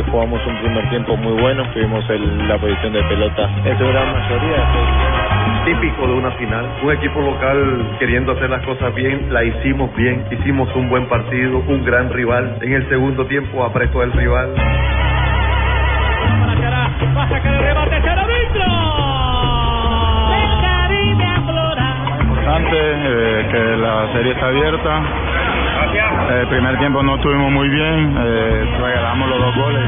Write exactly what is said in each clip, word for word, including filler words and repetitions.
que jugamos un primer tiempo muy bueno, tuvimos el, la posición de pelota en su gran mayoría. Típico de una final, un equipo local queriendo hacer las cosas bien, la hicimos bien, hicimos un buen partido, un gran rival, en el segundo tiempo apretó el rival. Va a sacar el remate, Chara dentro. El Caribe aflora. Importante eh, que la serie está abierta. El primer tiempo no estuvimos muy bien, eh, regalamos los dos goles.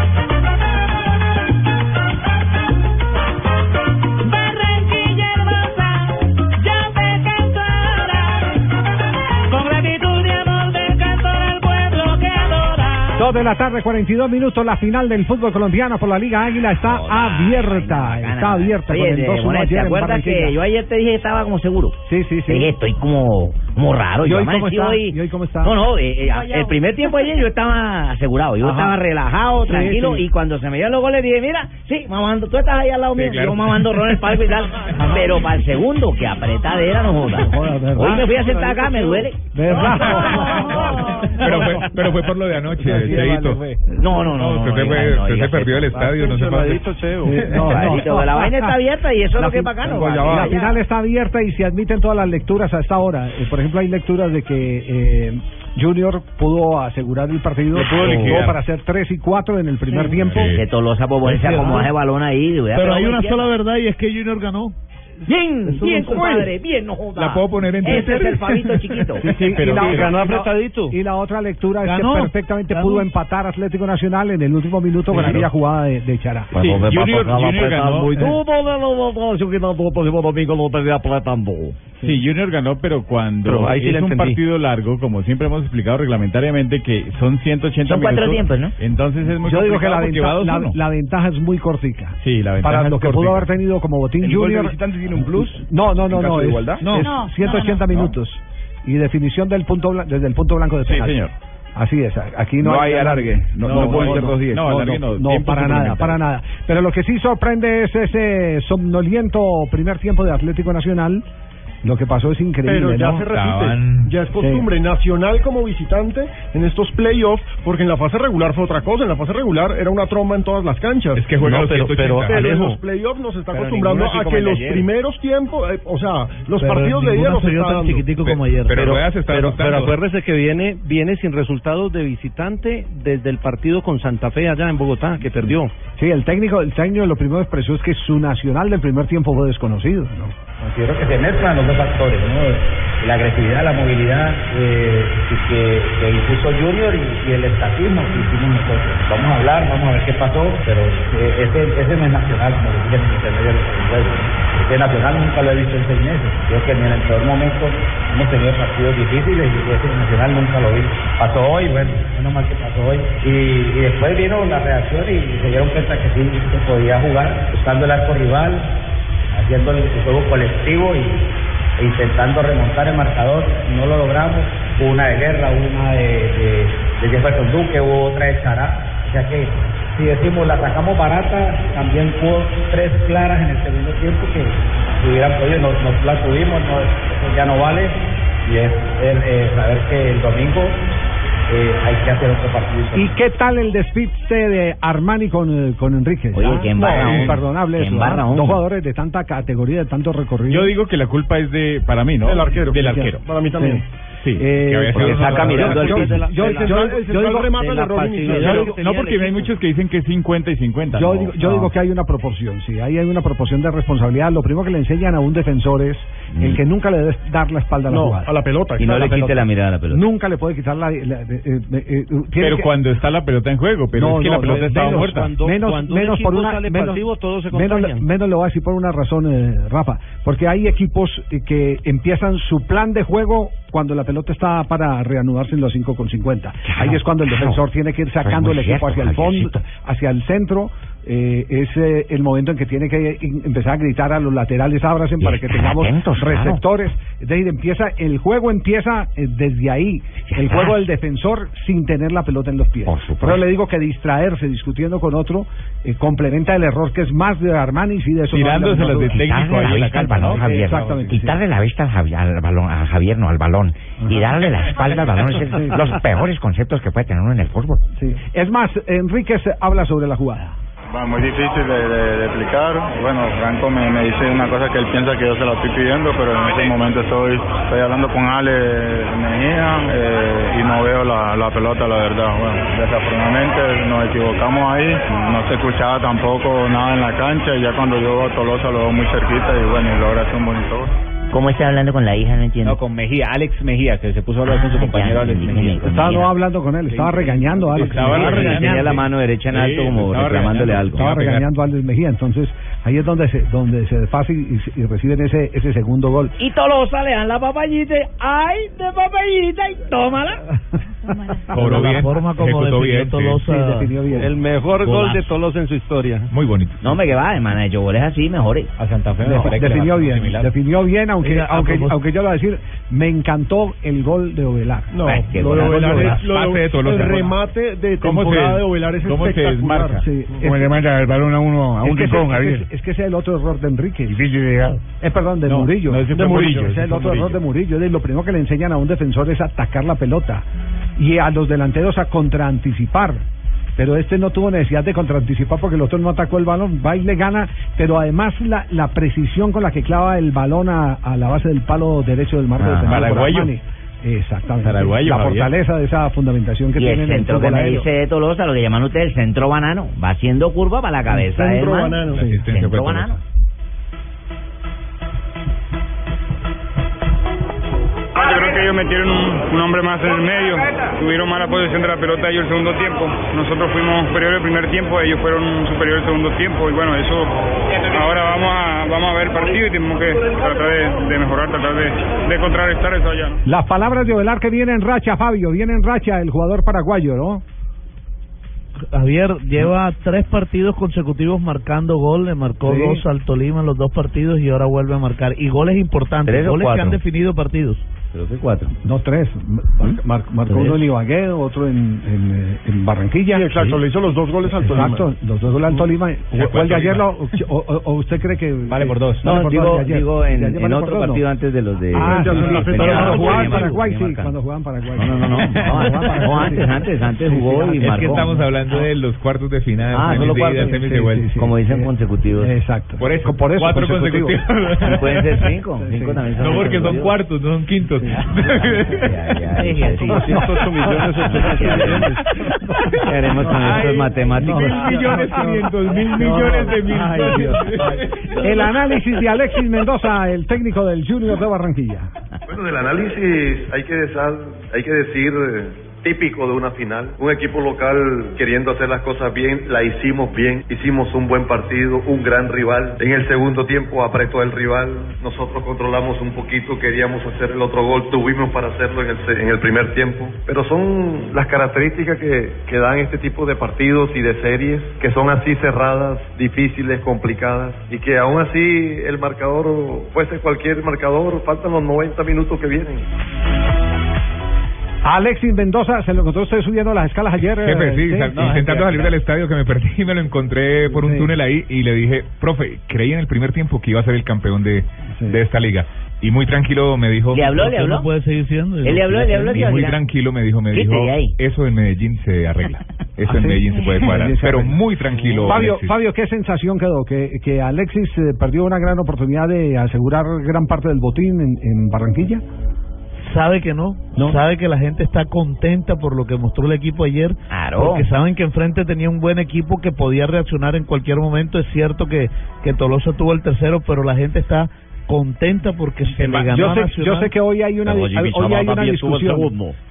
Barranquilla hermosa, ya te canto ahora. Con gratitud y amor del cantor al pueblo que adora. Dos de la tarde, cuarenta y dos minutos, la final del fútbol colombiano por la Liga Águila está Hola, abierta, está abierta. Oye, con el dos uno ¿te acuerdas que yo ayer te dije que estaba como seguro? Sí, sí, sí. Sí, estoy como, como raro. ¿Y Yo hoy cómo amanecí está? hoy... ¿Y hoy cómo está? No, no, eh, eh, el primer tiempo ayer yo estaba asegurado, yo Ajá. estaba relajado, Sí, tranquilo, sí. y cuando se me dieron los goles dije, mira, sí, mamando, tú estás ahí al lado Sí, mío, claro. yo mamando ron en el palco y tal, pero para el segundo, que apretadera no joda. Joda, ¿verdad? Hoy me fui a sentar acá, me duele. ¿Verdad? Pero fue, pero fue por lo de anoche, Sí, Cheito. vale, No, no, no, no. usted no, se, fue, no, usted diga se perdió el eso. estadio, no se pase. No, Clarito, la vaina está abierta y eso es La lo que es fin- bacano. Pues ya vale, va. La ya. final está abierta y se admiten todas las lecturas a esta hora. Eh, por ejemplo, hay lecturas de que eh, Junior pudo asegurar el partido, Lo pudo liquidar. para hacer tres y cuatro en el primer tiempo. Que Tolosa por ponerse a acomodar el balón ahí. Pero hay una sola verdad y es que Junior ganó. Bien, Eso bien, no se compadre, bien, no joda. La puedo poner en Ese Twitter. es el Fabito chiquito. Sí, sí, Pero y, la, sí, otra- ganó apretadito. y la otra lectura es Ganó, que perfectamente ganó. pudo empatar Atlético Nacional en el último minuto con Sí. aquella jugada de, de Chará. Sí, Junior, Junior ganó. Sí, Junior ganó, pero cuando Pero ahí sí es la un entendí. partido largo, como siempre hemos explicado reglamentariamente, que son ciento ochenta Son minutos. cuatro tiempos, ¿no? Entonces es muy Yo digo que complicado la, porque va venta- dos la, uno. la ventaja es muy cortica. Sí, la ventaja Para es lo que cortica. pudo haber tenido como botín ¿El gol de Junior. visitante tiene un plus? No, no, no, ¿En caso no. de Es, igualdad? es No. No, ciento ochenta no, no. minutos. Y definición del punto blan- desde el punto blanco de Sí, penal. señor. Así es. Aquí no, No hay alargue. No, no pueden ser dos diez. No, No, no, alargue no, no, tiempo para nada, suplementario. para nada. Pero lo que sí sorprende es ese somnoliento primer tiempo de Atlético Nacional. Lo que pasó es increíble, Pero ya ¿no? se repite, Estaban- ya es costumbre, Nacional como visitante en estos playoffs, porque en la fase regular fue otra cosa, en la fase regular era una tromba en todas las canchas. Es que juega No, los pero, ciento pero, ochenta. pero en Alejo. los playoffs nos está Pero acostumbrando ninguno así a como que el de los ayer. primeros tiempos, eh, o sea, los Pero partidos de ida ninguno los se dio está tan dando. chiquitico Pe- como ayer. pero Rueda se está pero, asustando. pero acuérdese que viene viene sin resultados de visitante desde el partido con Santa Fe allá en Bogotá, que perdió. Sí, el técnico, el técnico lo primero que expresó es que su Nacional del primer tiempo fue desconocido, ¿no? Considero que se mezclan los dos factores, ¿no? La agresividad, la movilidad eh, que, que impuso Junior y, y el estatismo que hicimos nosotros. Vamos a hablar, vamos a ver qué pasó, pero eh, ese, ese no es Nacional, como dije en el intermedio del juego. Ese Nacional nunca lo he visto en seis meses. Creo que ni en el peor momento hemos tenido partidos difíciles y ese Nacional nunca lo vi. Pasó hoy, bueno, menos mal que pasó hoy. Y, y después vino la reacción y se dieron cuenta que sí se podía jugar, buscando el arco rival, haciendo el juego colectivo y e intentando remontar el marcador. No lo logramos. Hubo una de Guerra, una de, de, de Jefferson Duque, hubo otra de Chará. O sea que si decimos la sacamos barata, también hubo tres claras en el segundo tiempo que hubieran podido, no, no las tuvimos, no, eso ya no vale. Y es el, eh, saber que el domingo eh, hay que hacer otro partido. ¿Y qué tal el despiste de Armani con, eh, con Enrique? Oye, Ah, qué embarradón. no, imperdonable Qué eso. ¿ah? embarradón. Dos jugadores de tanta categoría, de tanto recorrido. Yo digo que la culpa es de, para mí, ¿no? Del arquero. Del arquero. Para mí también. Sí. Sí, Eh, que había porque sido- saca mirando al yo, piso. yo, yo, El yo, central- yo el central digo, remata de el la error pasividad. inicial. Pero- Yo- no, porque hay muchos que dicen que es cincuenta y cincuenta. yo no, digo, yo no. digo que hay una proporción, sí, ahí hay una proporción de responsabilidad. Lo primero que le enseñan a un defensor es el que nunca le debe dar la espalda a la No, jugada. a la pelota. Y no claro, le la pelota. quite la mirada a la pelota. Nunca le puede quitar la... la- eh, eh, eh, eh, tiene Pero que- cuando está la pelota en juego, pero No, es que no, la pelota no, estaba menos muerta. cuando- menos, cuando un menos por equipo una sale menos, pasivo, todos se menos, contagian. menos le voy a decir por una razón, eh, Rafa, porque hay equipos eh, que empiezan su plan de juego cuando la pelota está para reanudarse en los cinco con cincuenta. Ahí es cuando el defensor tiene que ir sacando el equipo hacia el fondo, hacia el centro, eh, es eh, el momento en que tiene que empezar a gritar a los laterales, ábracen para que tengamos atentos, receptores. Claro. Es decir, empieza, el juego empieza eh, desde ahí, el juego del defensor sin tener la pelota en los pies. Por Pero le digo que distraerse discutiendo con otro eh, complementa el error que es más de Armani y de eso. Tirándose no las de técnico ahí la al balón, Javier. Exactamente. Quitarle sí. la vista al, Javier, al balón, a Javier, no al balón, Ajá. y darle la espalda al balón es el, los peores conceptos que puede tener uno en el fútbol. Sí. Es más, Enríquez habla sobre la jugada. Bueno, muy difícil de, de, de explicar. Bueno, Franco me, me dice una cosa que él piensa que yo se la estoy pidiendo, pero en este momento estoy estoy hablando con Ale Mejía eh, y no veo la, la pelota, la verdad. Bueno, desafortunadamente nos equivocamos ahí, no se escuchaba tampoco nada en la cancha y ya cuando yo veo a Tolosa lo veo muy cerquita y bueno, y logra hacer un bonito gol. ¿Cómo está hablando con la hija? No entiendo. No, con Mejía, Alex Mejía, que se puso a hablar ah, con su compañero ya, Alex Mejía. Estaba no hablando con él, estaba regañando a Alex. Estaba regañando. Tenía la mano derecha en alto, sí, como reclamándole algo. Estaba regañando a Alex Mejía, entonces ahí es donde se donde se desfasa y, y reciben ese ese segundo gol. Y Tolosa le dan la papayita, ¡ay, de papayita! Y tómala. Cobró bien, la forma como definió bien, Tolosa, sí, definió bien. El mejor gol de Tolosa en su historia. Muy bonito. No, me que va, hermano, hecho goles así, mejores. A Santa Fe. No, definió bien, similar. definió bien, aunque Mira, aunque aunque yo lo voy a decir, me encantó el gol de Ovelar. No, Ay, lo de Ovelar es lo de, el remate de temporada de Ovelar es espectacular. Sí, como le manda el balón a uno a un rincón, Javier. Es que ese es el otro error de Enrique. Difícil de llegar. Es perdón, de no, Murillo. No, es de Murillo. Ese es el otro error de Murillo. Es lo primero que le enseñan a un defensor es atacar la pelota y a los delanteros a contraanticipar. Pero este no tuvo necesidad de contraanticipar porque el otro no atacó el balón, va y le gana, pero además la, la precisión con la que clava el balón a, a la base del palo derecho del marco ah, de Paraguayo. Exactamente. Paraguayo, la fortaleza Javier. De esa fundamentación que y tiene el centro en el que me dice de Tolosa, lo que llaman ustedes el centro banano, va haciendo curva para la cabeza. El centro banano. Sí. Centro banano. Yo creo que ellos metieron un, un hombre más en el medio, tuvieron mala posición de la pelota ellos el segundo tiempo, nosotros fuimos superiores el primer tiempo, ellos fueron superiores el segundo tiempo y bueno, eso ahora vamos a vamos a ver el partido y tenemos que tratar de, de mejorar, tratar de, de contrarrestar eso allá, ¿no? Las palabras de Ovelar que viene en racha, Fabio, viene en racha el jugador paraguayo, ¿no? Javier lleva tres partidos consecutivos marcando gol, le marcó sí. dos al Tolima en los dos partidos y ahora vuelve a marcar. Y goles importantes, goles que han definido partidos. Creo que cuatro. No, tres. Mar, mar, marcó uno en Ibagué, otro en, en, en Barranquilla. Sí, exacto, sí. Le hizo los dos goles al Tolima. Exacto, los dos goles al Tolima. ¿O el de ayer lo, o, o, o usted cree que... Vale por dos. No, vale por digo, dos digo en, en vale otro partido no. Antes de los de... Ah, sí, sí, sí, cuando jugaban Paraguay, sí, cuando jugaban Paraguay. No, no, no, no, no, no antes, antes, antes jugó y marcó. Es que estamos hablando de los cuartos de final, ah, solo cuartos, semis de vuelta. Como dicen consecutivos. Exacto. Por eso, por eso cuatro consecutivos. Pueden ser cinco, cinco también son. No, porque son cuartos, no son quintos. Ya, ya, ya, sí, ciento ocho millones, millones. ¿Qué haremos con estos matemáticos? Mil millones, quinientos mil millones de mil. Ay, Dios. El análisis de Alexis Mendoza, el técnico del Junior de Barranquilla. Bueno, del análisis hay que decir, hay que decir típico de una final. Un equipo local queriendo hacer las cosas bien, la hicimos bien, hicimos un buen partido, un gran rival. En el segundo tiempo apretó el rival, nosotros controlamos un poquito, queríamos hacer el otro gol, tuvimos para hacerlo en el, en el primer tiempo. Pero son las características que, que dan este tipo de partidos y de series, que son así cerradas, difíciles, complicadas, y que aún así el marcador fuese cualquier marcador, faltan los noventa minutos que vienen. Alexis Mendoza, ¿se lo encontró usted subiendo las escalas ayer? Jefe, sí, sí sal, no, intentando salir del estadio que me perdí y me lo encontré por un sí. túnel ahí y le dije, profe, creí en el primer tiempo que iba a ser el campeón de, sí. de esta liga. Y muy tranquilo me dijo... ¿Le habló, le habló? No puede seguir siendo. Él le habló, le habló. Y muy tranquilo me dijo, me dijo, eso en Medellín se arregla. Eso ¿Ah, en sí? Medellín se puede cuadrar. Pero muy tranquilo. Fabio, Fabio, ¿qué sensación quedó? Que, que Alexis eh, perdió una gran oportunidad de asegurar gran parte del botín en, en Barranquilla. Sabe que no, no, sabe que la gente está contenta por lo que mostró el equipo ayer, claro. Porque saben que enfrente tenía un buen equipo que podía reaccionar en cualquier momento. Es cierto que, que Tolosa tuvo el tercero, pero la gente está contenta porque se le ganó yo a sé, Nacional. Yo sé que hoy hay una, hoy hay una discusión.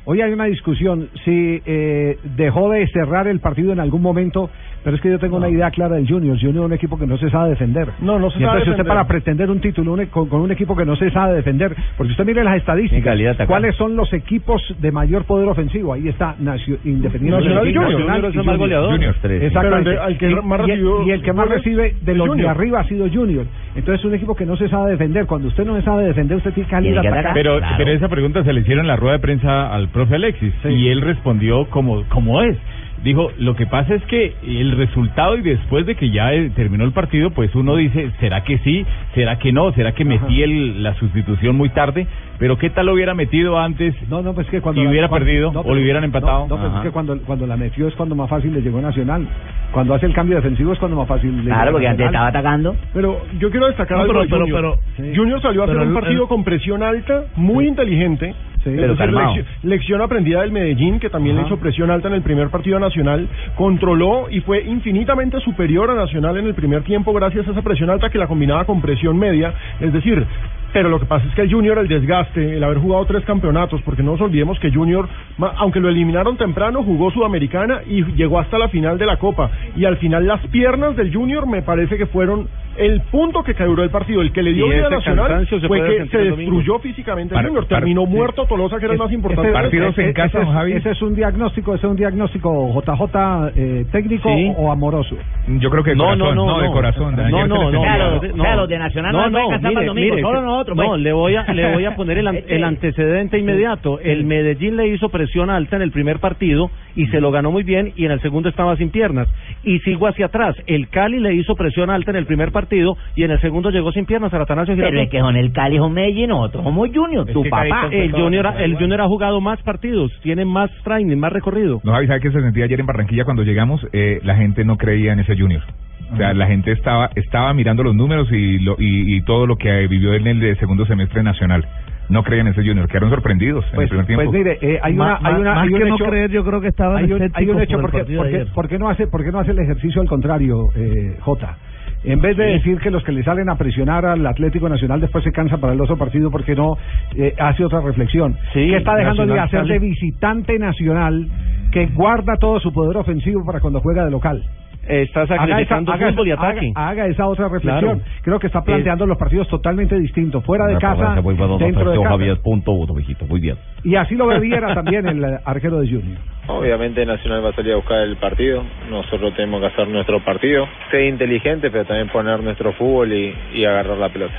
Hoy hay una discusión si eh, dejó de cerrar el partido en algún momento, pero es que yo tengo no. una idea clara del Junior. Junior es un equipo que no se sabe defender. No, no se y sabe entonces defender. usted para pretender un título un, con, con un equipo que no se sabe defender, porque usted mire las estadísticas, ¿cuáles son los equipos de mayor poder ofensivo? Ahí está Nacio, Independiente Nacional y Junior. Nacional Junior es el y más goleador. Junior. Exactamente. Pero el que y, más y, recibió y el que más recibe de los Junior. de arriba ha sido Junior. Entonces es un equipo que no se sabe defender. Cuando usted no se sabe defender, usted tiene que salir a atacar. Pero, claro. pero esa pregunta se le hicieron en la rueda de prensa al profe Alexis, sí. y él respondió como, como es. Dijo, lo que pasa es que el resultado y después de que ya eh, terminó el partido, pues uno dice, ¿será que sí? ¿Será que no? ¿Será que metí el, la sustitución muy tarde? Pero ¿qué tal lo hubiera metido antes? No, no, pues que cuando y la, hubiera cuando, perdido no, o pero, lo hubieran empatado. No, no pues es que cuando, cuando la metió es cuando más fácil le llegó Nacional. Cuando hace el cambio defensivo es cuando más fácil le Claro, llegó porque antes estaba atacando. Pero yo quiero destacar no, algo pero, de pero, Junior. pero, sí. Junior salió a hacer pero un el, partido el, con presión alta, muy sí. inteligente. Sí, pero calmado. Lección, lección aprendida del Medellín, que también Ajá. le hizo presión alta en el primer partido nacional, controló y fue infinitamente superior a Nacional en el primer tiempo gracias a esa presión alta que la combinaba con presión media, es decir, pero lo que pasa es que el Junior, el desgaste, el haber jugado tres campeonatos, porque no nos olvidemos que Junior, aunque lo eliminaron temprano, jugó Sudamericana y llegó hasta la final de la Copa, y al final las piernas del Junior me parece que fueron el punto que quebró el partido, el que le dio vida a Nacional fue que se destruyó físicamente el Junior, terminó muerto Tolosa, que era el más importante. Partidos en casa, ese, Javi. Ese es un diagnóstico, ese es un diagnóstico J J eh, técnico ¿Sí? o amoroso. Yo creo que de no, corazón, no, no, no, de corazón. No, no, no, no, claro, no, claro, de Nacional no, no, no casar para el domingo, mire, solo nosotros. No, pues. le voy a le voy a poner el, el antecedente inmediato. El Medellín le hizo presión alta en el primer partido y se lo ganó muy bien, y en el segundo estaba sin piernas. Y sigo hacia atrás, el Cali le hizo presión alta en el primer partido y en el segundo llegó sin piernas a Atanasio Girardot. Pero es que son el Cali, son Medellín, nosotros somos Junior, tu papá. El Junior, el Junior ha jugado más partidos, tiene más training, más recorrido. No, Javi, ¿sabe qué se sentía ayer en Barranquilla cuando llegamos? Eh, la gente no creía en ese Junior. O sea, la gente estaba estaba mirando los números y, lo, y, y todo lo que vivió en el segundo semestre nacional. No creían en ese Junior, quedaron sorprendidos pues, en el primer tiempo. Pues mire, eh, hay una, hay una, más hay un que hecho, no creer, yo creo que estaban hay un, hay un hecho por porque, porque, ¿por qué no hace, por qué no hace el ejercicio al contrario, eh, Jota? En vez de sí. decir que los que le salen a presionar al Atlético Nacional después se cansan para el otro partido, ¿por qué no eh, hace otra reflexión? Sí, ¿qué está dejando de hacer sale. de visitante Nacional que guarda todo su poder ofensivo para cuando juega de local? Está sacrificando haga esa, fútbol haga, y ataque. Haga, haga esa otra reflexión. Claro. Creo que está planteando es, los partidos totalmente distintos, fuera de casa, dentro de casa. Javier, punto uno, viejito, muy bien. Y así lo vería también el arquero de Junior. Obviamente Nacional va a salir a buscar el partido, nosotros tenemos que hacer nuestro partido, ser inteligente, pero también poner nuestro fútbol y, y agarrar la pelota.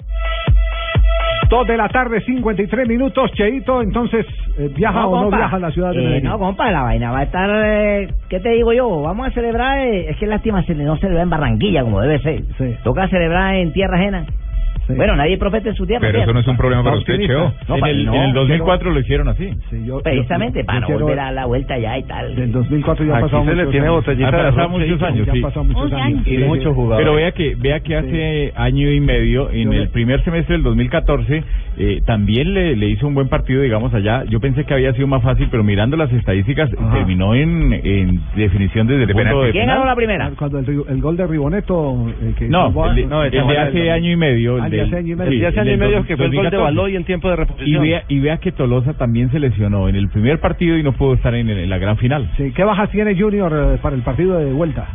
Dos de la tarde, cincuenta y tres minutos, Cheito, entonces, eh, ¿viaja no, o compa. no viaja a la ciudad de Medellín? Eh, no, compa, la vaina va a estar, eh, ¿qué te digo yo? Vamos a celebrar, eh, es que lástima no celebrar en Barranquilla como debe ser. Sí. Toca celebrar en tierra ajena. Sí. Bueno, nadie profeta en su tierra. Pero eso no es un problema para usted, Cheo. No, en, el, no, en el dos mil cuatro pero, lo hicieron así. Sí, yo, Precisamente, yo, para yo no volver quiero, a la vuelta ya y tal. Del dos mil cuatro ya ha pasado muchos años. tiene botellita ha pasado muchos años, sí. Ya pasado muchos años. Y muchos jugadores. Pero vea que vea que hace sí. año y medio, en yo el primer semestre del dos mil catorce, eh, también le, le hizo un buen partido, digamos, allá. Yo pensé que había sido más fácil, pero mirando las estadísticas, Ajá. terminó en, en definición desde el punto de ¿Quién penal. ganó la primera? Cuando el, el gol de Riboneto... Eh, que no, el, no, el de hace año y medio. El de hace año y medio. El de hace año y medio que fue el gol de Baloy en tiempo de reposición. Y vea, y vea que Tolosa también se lesionó en el primer partido y no pudo estar en, en la gran final. Sí, ¿qué bajas tiene Junior eh, para el partido de vuelta?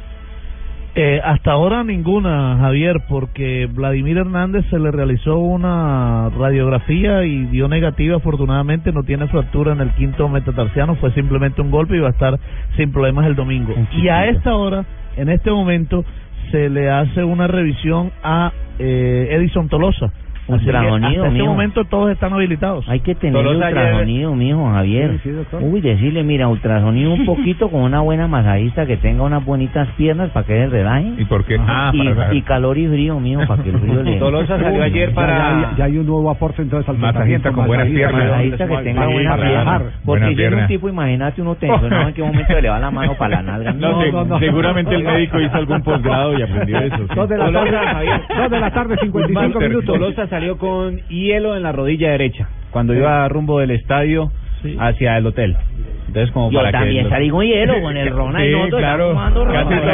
Eh, hasta ahora ninguna, Javier, porque Vladimir Hernández se le realizó una radiografía y dio negativa, afortunadamente no tiene fractura en el quinto metatarsiano, fue simplemente un golpe y va a estar sin problemas el domingo. Y a esta hora, en este momento, se le hace una revisión a eh, Edison Tolosa. Ultrasonido, hasta este mijo. momento todos están habilitados. Hay que tener ultrasonido, ayer... mijo, Javier. Sí, sí, Uy, decirle, mira, ultrasonido un poquito con una buena masajista que tenga unas bonitas piernas para que se relaje. ¿Y por qué? Ah, y, para... y calor y frío, mijo, para que el frío le... Tolosa salió ayer para... Ya, ya, ya hay un nuevo aporte entonces al masajista con buenas piernas. Masajista que tenga sí, buena pierna. Porque yo era un tipo, imagínate, uno tenso, ¿no? En qué momento le va la mano para la nalga. No, no, no, no. Seguramente el médico hizo algún posgrado y aprendió eso. Sí. Dos de la tarde, dos de la tarde, cincuenta y cinco minutos. Tolosa salió con hielo en la rodilla derecha cuando sí. iba rumbo del estadio sí. hacia el hotel. Entonces como yo para también que salí con hielo con el Rona y nosotros claro. tomando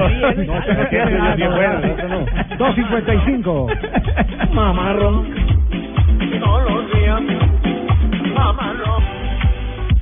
dos cincuenta y cinco. Mamarro todos los días. Mamarro.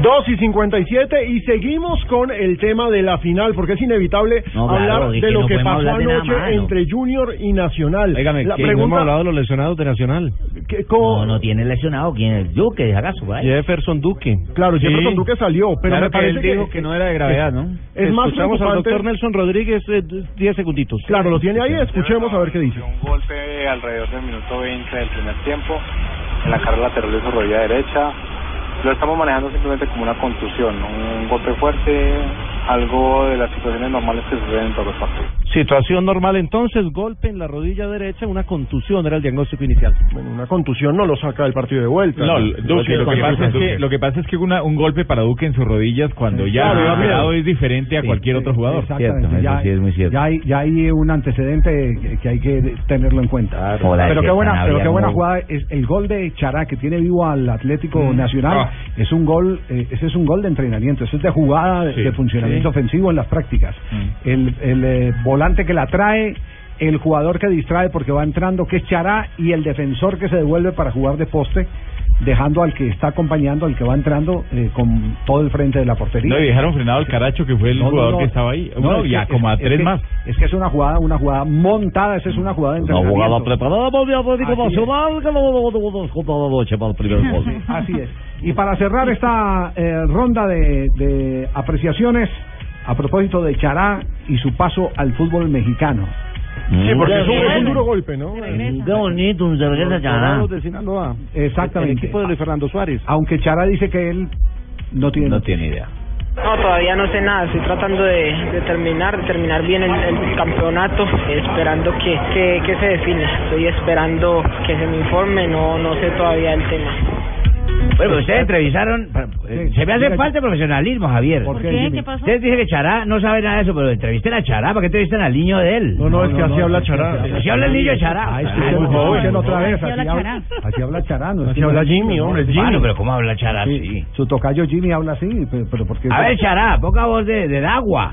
dos y cincuenta y siete y seguimos con el tema de la final, porque es inevitable No, claro, hablar es de que lo no que podemos pasó hablar de nada anoche más, ¿no? entre Junior y Nacional. Óigame, la que no hemos hablado de los lesionados de Nacional. ¿Qué, cómo? No, no tiene lesionado. ¿Quién es? Duque, ¿acaso? Por ahí. Jefferson Duque. Claro, Sí. Jefferson Duque salió, pero Claro me que parece él dijo que no era de gravedad, ¿no? Es más Escuchamos al preocupante. doctor Nelson Rodríguez, eh, diez segunditos. Claro, lo tiene ahí, escuchemos a ver qué dice. Un golpe alrededor del minuto veinte del primer tiempo en la cara lateral de su rodilla derecha. Lo estamos manejando simplemente como una contusión, un golpe fuerte, algo de las situaciones normales que suceden en todos los partidos. Situación normal entonces, golpe en la rodilla derecha, una contusión era el diagnóstico inicial. Bueno, una contusión no lo saca del partido de vuelta. No, ¿no? Duque, lo, que pasa es que, lo que pasa es que una, un golpe para Duque en sus rodillas cuando ya Claro, ha ya operado mira. es diferente a Sí, cualquier sí, otro jugador. exactamente. Ya, ya hay, ya hay un antecedente que, que hay que tenerlo en cuenta. Joder, pero que qué buena, tan pero qué buena habíamos- jugada es el gol de Chará que tiene vivo al Atlético Mm. Nacional. Ah. Es un gol, eh, ese es un gol de entrenamiento, eso es de jugada de, Sí, de funcionamiento sí. ofensivo en las prácticas. Mm. El, el eh, volante que la trae, el jugador que distrae porque va entrando, que es Chará, y el defensor que se devuelve para jugar de poste, dejando al que está acompañando, al que va entrando eh, con todo el frente de la portería. No, y dejaron frenado al Caracho, que fue el No, no, jugador no. que estaba ahí. No, No, es y que- a como a es- es tres que- más. Es que es una jugada, una jugada montada, esa es una jugada de Una entrenamiento. jugada preparada por el Atlético Así es. Nacional que lo nos contra la noche para el primer gol. Así es. Y para cerrar esta eh, ronda de, de apreciaciones, a propósito de Chará y su paso al fútbol mexicano. Sí, porque es un, es un Bueno. duro golpe, ¿no? Qué bonito, un se regresa Chará. Dorados de Sinaloa. Exactamente. El equipo de Luis Fernando Suárez. Aunque Chará dice que él no tiene, No tiene idea. No, todavía no sé nada, estoy tratando de, de terminar, de terminar bien el, el campeonato, esperando que, que, que se define, estoy esperando que se me informe, no, no sé todavía el tema. Bueno, pero ustedes entrevistaron. eh, Se me hace diga- falta profesionalismo, Javier. ¿Por qué, Jimmy? Ustedes dicen que Chará no sabe nada de eso, pero entrevisten a Chará. ¿Para qué entrevistan al niño de él? No, no, es que así habla Chará. Así habla el niño de Chará. Ah, Ah, escuchen, muy joven. escuchen otra vez, Así así habla habla, Chará. así habla Chará. No, es Así que- habla Jimmy, hombre, es Jimmy. Bueno, pero ¿cómo habla Chará Sí, así? su tocayo Jimmy habla así, pero, pero ¿por qué? A ver, Chará, poca voz de, de agua.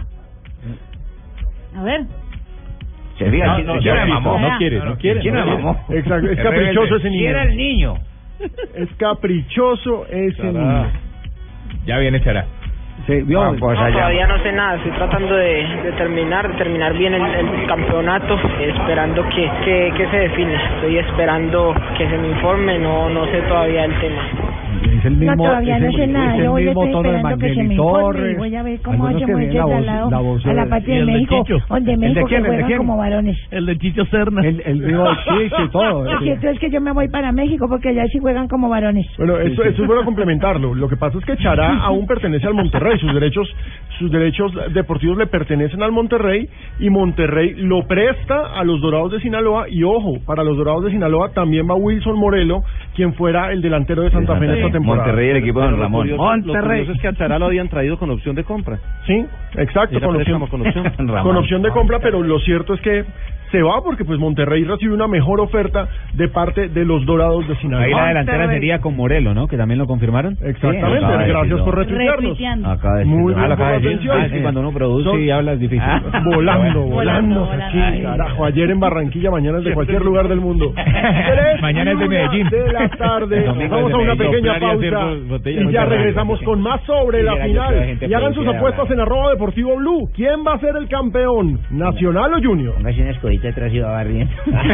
A ver. Se fija, No, el no, chino ya me hizo, mamó. no quiere, no quiere, El chino no me quiere. mamó. Exacto, es Es caprichoso rebelde. ese niño. Quiere el niño. Es caprichoso ese Chará. niño. Ya viene Chará. Sí, vio, Ah, pues No, allá. todavía no sé nada, estoy tratando de, de terminar, de terminar bien el, el campeonato, esperando que, que, que se define, estoy esperando que se me informe, no, no sé todavía el tema. es el mismo, No, todavía no es el- sé nada. es el Yo hoy mismo estoy tono de esperando que se me Magnelli informe y Torres. voy a ver cómo Algunos que hacemos ven ese la voz- traslado la voz a la de- parte y de el de México, Chicho. donde ¿El de México quién? que ¿El de juegan quién? como varones. El de Chicho Serna. El, el mismo Chicho y todo. Lo cierto es que yo me voy para México porque allá sí juegan como varones. Bueno, eso, eso es bueno complementarlo. Lo que pasa es que Chará aún pertenece al Monterrey. Sus derechos, sus derechos deportivos le pertenecen al Monterrey y Monterrey lo presta a los Dorados de Sinaloa. Y ojo, para los Dorados de Sinaloa también va Wilson Morelo, quien fuera el delantero de Santa Fe en esta temporada. Monterrey, el equipo de Don Lo Ramón. curioso, lo curioso es que a Chará lo habían traído con opción de compra. Sí, exacto, Era con opción, préstamo con opción. Ramón. con opción de compra, pero lo cierto es que se va porque pues Monterrey recibe una mejor oferta de parte de los Dorados de Sinaloa. Ahí la delantera sería con Morelo, ¿no? Que también lo confirmaron. Exactamente, Sí, acaba de gracias decirlo. por retuitearnos. Retuiteando. Acaba de Muy decirlo. bien, Ah, lo acaba de por la decir. atención. Ah, es que cuando uno produce y habla es difícil. Volando, volando, Volando, aquí, volando. carajo, ayer en Barranquilla, mañana es de cualquier lugar del mundo. Tres Mañana es de y una Medellín. de la tarde. Domingo Vamos es a de una Medellín. pequeña Soplar y hacer pausa dos botellas y muy ya grandes. regresamos con más sobre Y la llega yo, final. la gente Y hagan sus producida, apuestas en arroba deportivo blue. ¿Quién va a ser el campeón? ¿Nacional o Junior? Póngase una escudita atrás y va barriendo.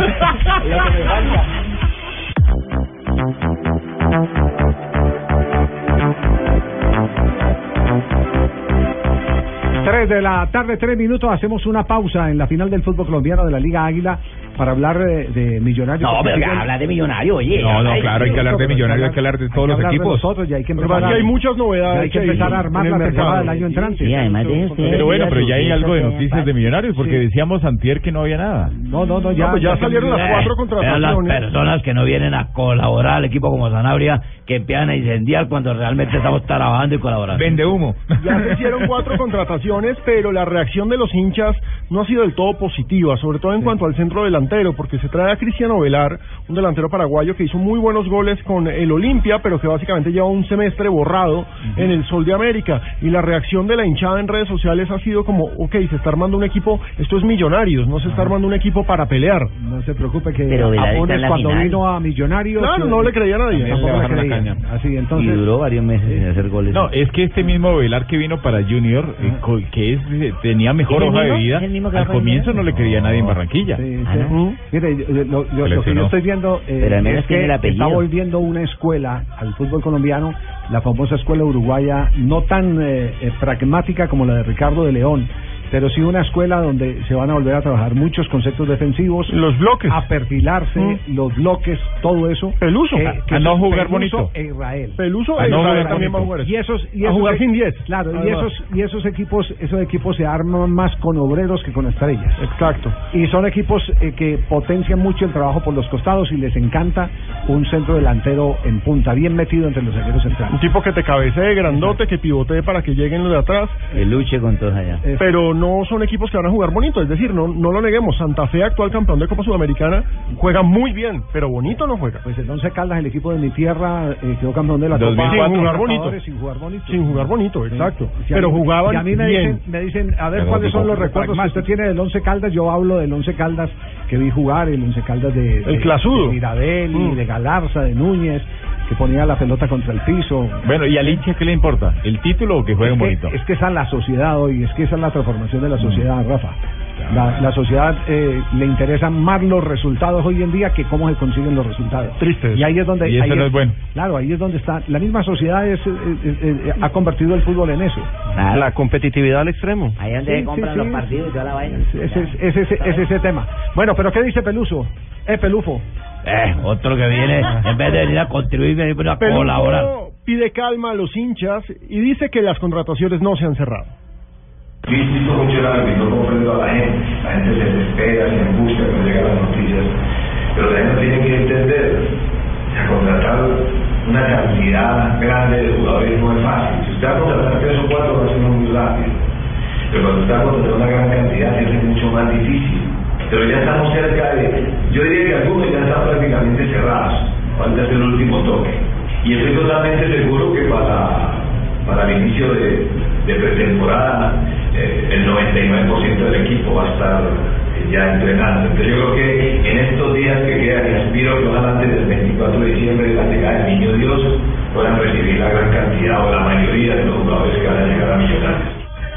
Tres de la tarde, tres minutos, hacemos una pausa en la final del fútbol colombiano de la Liga Águila para hablar de, de Millonarios. No, porque pero siguen- habla de Millonario, oye. No, no, Ay, claro, hay que hablar de Millonarios, hay que hablar de hay todos que los hablar de equipos. nosotros y hay que Lo que empezar pasa es que hay a- muchas novedades. hay que Cheito, empezar a armar en la el temporada mercado. del año entrante. Sí, además de ustedes. Pero bueno, pero ya hay algo de Sí, noticias de Millonarios, porque Sí. decíamos antier que no había nada. No, no, no, ya, No, pues ya salieron las cuatro Vean las contrataciones. personas que no vienen a colaborar al equipo como Sanabria, que empiezan a incendiar cuando realmente estamos trabajando y colaborando. Vende humo. Ya se hicieron cuatro contrataciones declaraciones, pero la reacción de los hinchas no ha sido del todo positiva, sobre todo en sí. cuanto al centro delantero, porque se trae a Cristian Ovelar, un delantero paraguayo que hizo muy buenos goles con el Olimpia, pero que básicamente lleva un semestre borrado uh-huh. en el Sol de América, y la reacción de la hinchada en redes sociales ha sido como, ok, se está armando un equipo, esto es Millonarios, no se uh-huh. está armando un equipo para pelear. No se preocupe que Apones cuando final. vino a Millonarios... Claro, no le creía a nadie. Tampoco le creía. Así, entonces, y duró varios meses sin hacer goles. No, es que este mismo Ovelar que vino para Junior, eh, co- que es eh, tenía mejor hoja de vida, al comienzo no le creía a nadie en Barranquilla. Sí, ¿Ah, sí. no? Mire, lo, lo, lo que yo estoy viendo eh, Pero al menos es tiene el que apellido. está volviendo una escuela al fútbol colombiano, la famosa escuela uruguaya, no tan eh, eh, pragmática como la de Ricardo de León, pero sí una escuela donde se van a volver a trabajar muchos conceptos defensivos, los bloques, a perfilarse, mm. los bloques, todo eso. Peluso, que, a, que a no jugar Peluso bonito. E Israel. Peluso e Israel también va a jugar. Y esos, y a esos jugar e- sin diez. Claro, Además. y esos y esos equipos, esos equipos se arman más con obreros que con estrellas. Exacto. Y son equipos eh, que potencian mucho el trabajo por los costados y les encanta un centro delantero en punta, bien metido entre los zagueros centrales. Un tipo que te cabecee, grandote, que pivotee para que lleguen los de atrás. Que luche con todos allá. Eh, Pero no son equipos que van a jugar bonito, es decir, no no lo neguemos. Santa Fe, actual campeón de Copa Sudamericana, juega muy bien, pero bonito no juega. Pues el Once Caldas, el equipo de mi tierra, eh, quedó campeón de la dos mil cuatro, Copa. Sin jugar bonito. Sin jugar bonito. Sin jugar bonito, exacto. Sí. Pero a mí, jugaban y a mí me bien. Dicen, me dicen, a ver Pero cuáles son los como recuerdos que pragmático. usted tiene del Once Caldas. Yo hablo del Once Caldas que vi jugar, el Once Caldas de, de, El clasudo. de Mirabelli, Mm. de Galarza, de Núñez, que ponía la pelota contra el piso. Bueno, ¿y al hincha qué le importa? ¿El título o que jueguen es que, bonito? Es que esa es la sociedad hoy, es que esa es la transformación de la sociedad, Rafa. La, la sociedad eh, le interesan más los resultados hoy en día que cómo se consiguen los resultados. Triste. Y ahí es donde... Y eso ahí no es bueno. Claro, ahí es donde está... La misma sociedad es, eh, eh, eh, ha convertido el fútbol en eso. Claro. La competitividad al extremo. Ahí es donde Sí, se compran sí, los sí. partidos y toda la vaina. Ese es ese, ese, ese, ese tema. Bueno, pero ¿qué dice Peluso? Eh, Pelufo. Eh, otro que viene, en vez de venir a contribuir, viene a Pero colaborar. pide calma a los hinchas y dice que las contrataciones no se han cerrado. Cristo mucho el árbitro, no comprendo a la gente. La gente se desespera, se angustia cuando llegan las noticias. Pero la gente tiene que entender que contratar una cantidad grande de jugadores no es fácil. Si usted va a contratar tres o cuatro, va a ser muy rápido. Pero cuando usted va a contratar una gran cantidad, se hace mucho más difícil. Pero ya estamos cerca de... Yo diría que algunos ya están prácticamente cerrados. Falta hacer el último toque. Y estoy totalmente seguro que para, para el inicio de, de pretemporada, eh, el noventa y nueve por ciento del equipo va a estar eh, ya entrenando. Entonces yo creo que en estos días que quedan, y aspiro que ojalá antes del veinticuatro de diciembre, la llegada del Niño Dios, puedan recibir la gran cantidad o la mayoría de los jugadores que van a llegar a Millonarios.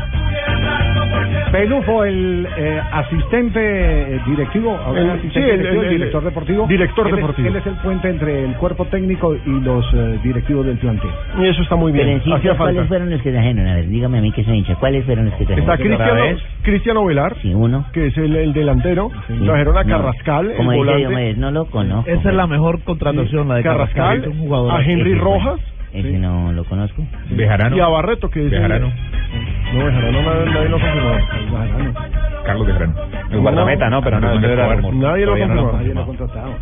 Pelufo, el eh, asistente eh, directivo, El- asistente sí, el- directivo, el- el- director deportivo. director él es- deportivo. él es el puente entre el cuerpo técnico y los eh, directivos del plantel. Y eso está muy bien. Pero en sí, Hacía ¿cuáles falta. fueron los que trajeron? A ver, dígame a mí que soy hincha. ¿Cuáles fueron los que trajeron? Está Cristiano, Cristiano Velar, Sí, uno. que es el, el delantero. Sí. Trajeron a No. Carrascal, Como el dice volante. Diomedes, no lo conozco. Esa es la mejor contratación, la de Carrascal. Carrascal, Es un jugador a Henry Ese, Rojas Ese no lo conozco. Bejarano. y a Barreto, que es Bejarano. el- No, Bejarano nadie, nadie lo confirmó. Carlos Bejarano. El guardameta, ¿no? Pero no, Andrés no era Escobar. rumor. Nadie lo Todavía no confirmó. Nadie lo ha contratado.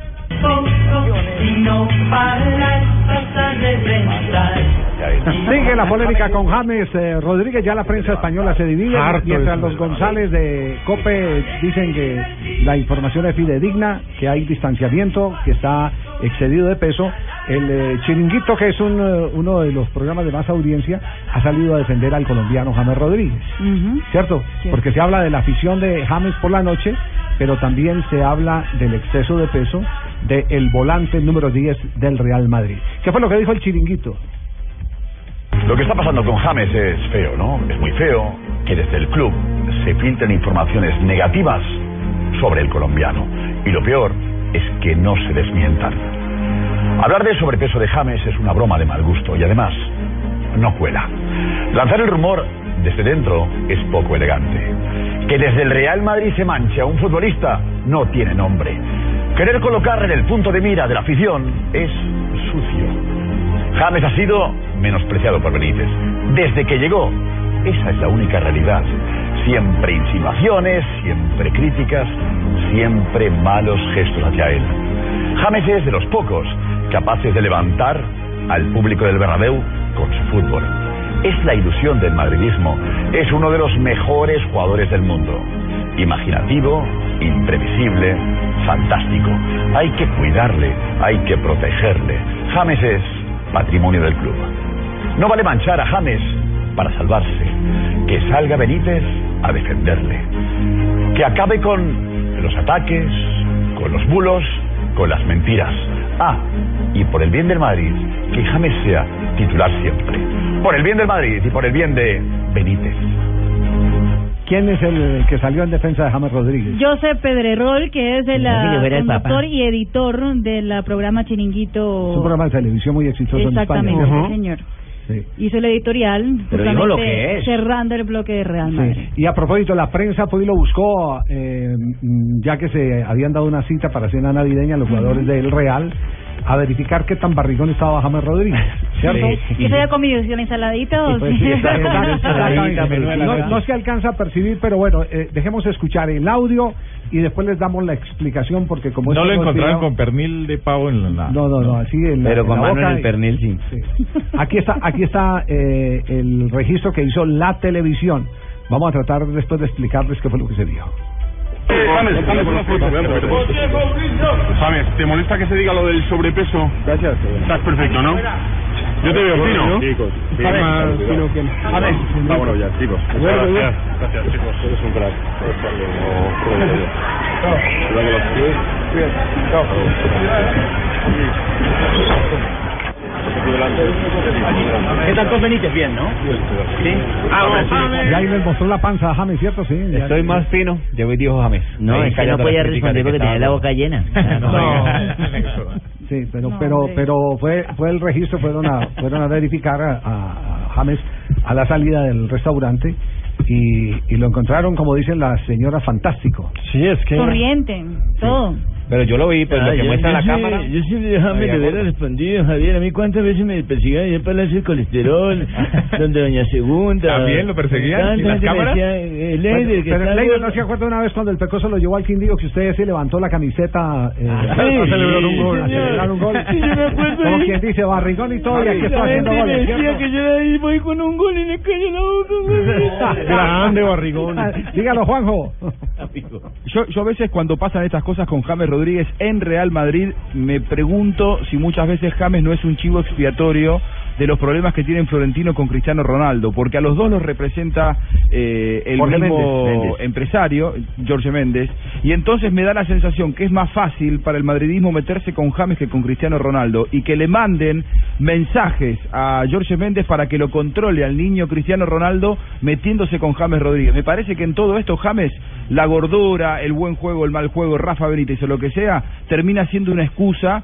Sigue la polémica con James eh, Rodríguez, ya la prensa española se divide, Harto mientras eso. los González de COPE dicen que la información es fidedigna, que hay distanciamiento, que está excedido de peso. El eh, Chiringuito, que es un, eh, uno de los programas de más audiencia, ha salido a defender al colombiano James Rodríguez, ¿cierto? Porque se habla de la afición de James por la noche, pero también se habla del exceso de peso del volante número diez del Real Madrid. ¿Qué fue lo que dijo el Chiringuito? Lo que está pasando con James es feo, ¿no? Es muy feo que desde el club se filtren informaciones negativas sobre el colombiano. Y lo peor es que no se desmientan. Hablar de sobrepeso de James es una broma de mal gusto y además no cuela. Lanzar el rumor desde dentro es poco elegante. Que desde el Real Madrid se manche a un futbolista no tiene nombre. Querer colocar en el punto de mira de la afición es sucio. James ha sido menospreciado por Benítez. Desde que llegó, esa es la única realidad. Siempre insinuaciones, siempre críticas, siempre malos gestos hacia él. James es de los pocos capaces de levantar al público del Bernabéu con su fútbol. es la ilusión del madridismo. Es uno de los mejores jugadores del mundo. Imaginativo, imprevisible, fantástico. Hay que cuidarle, hay que protegerle. James es patrimonio del club. No vale manchar a James para salvarse. Que salga Benítez a defenderle. Que acabe con los ataques, con los bulos, con las mentiras. Ah, y por el bien del Madrid, que James sea titular siempre. Por el bien del Madrid y por el bien de Benítez. ¿Quién es el que salió en defensa de James Rodríguez? Josep Pedrerol, que es el el conductor y editor del programa Chiringuito. Es un programa de televisión muy exitoso en España. Exactamente, uh-huh. sí, señor. Sí. Hizo el editorial, Pero dijo lo que es. cerrando el bloque de Real Madrid. Sí. Y a propósito, la prensa fue y lo buscó, eh, ya que se habían dado una cita para cena navideña los jugadores uh-huh. del Real, a verificar qué tan barrigón estaba James Rodríguez, ¿cierto? Sí. ¿Qué se había comido? ¿La ensaladita o pues, sí? Sí, está, está, está, está, no, no se alcanza a percibir, pero bueno, eh, dejemos escuchar el audio y después les damos la explicación, porque como no lo encontraron video, con pernil de pavo en la... No, no, no, así en la, pero en con la mano boca en el pernil, sí. sí. Aquí está, aquí está eh, el registro que hizo la televisión. Vamos a tratar después de explicarles qué fue lo que se dijo. James, James, ¿te molesta que se diga lo del sobrepeso? Gracias. Estás perfecto, ¿no? Yo te veo fino. Chicos, sí, más fino que... James, vámonos ya, chicos. Gracias, gracias, chicos. Eres un crack. ¿Qué tal con Benítez? Bien, ¿no? Sí. Ya ahí les mostró la panza a James, ¿cierto? Sí. Ya. Estoy más fino, ya dijo James. No, es que no podía responder porque tenía la boca llena. No. Sí, pero no, pero pero fue fue el registro, fueron a fueron a verificar a, a James a la salida del restaurante y, y lo encontraron, como dicen las señoras, fantástico. Sí, es que corriente, todo. Pero yo lo vi, pues ah, lo que yo, muestra yo la sí, cámara. Yo sí déjame le hubiera respondido, Javier. A mí cuántas veces me persiguen ahí para el colesterol, donde doña Segunda. ¿También lo perseguían? ¿Y las cámaras? Decía, eh, Leider, bueno, que pero Leider, ¿no se acuerda una vez cuando el Pecoso lo llevó al Quindío que usted se levantó la camiseta eh, ah, sí, a celebrar un gol? Sí, a celebrar un gol. Sí, yo me acuerdo. Como quien dice, barrigón y todo, y aquí está haciendo goles. Me decía que yo ahí voy con un gol y le cae la boca. Grande barrigón. Dígalo, Juanjo. Yo, yo a veces cuando pasan estas cosas con James Rodríguez en Real Madrid, me pregunto si muchas veces James no es un chivo expiatorio de los problemas que tienen Florentino con Cristiano Ronaldo, porque a los dos los representa eh, el Jorge mismo Méndez, Méndez. empresario, Jorge Méndez, y entonces me da la sensación que es más fácil para el madridismo meterse con James que con Cristiano Ronaldo, y que le manden mensajes a Jorge Méndez para que lo controle al niño Cristiano Ronaldo metiéndose con James Rodríguez. Me parece que en todo esto James, la gordura, el buen juego, el mal juego, Rafa Benítez o lo que sea, termina siendo una excusa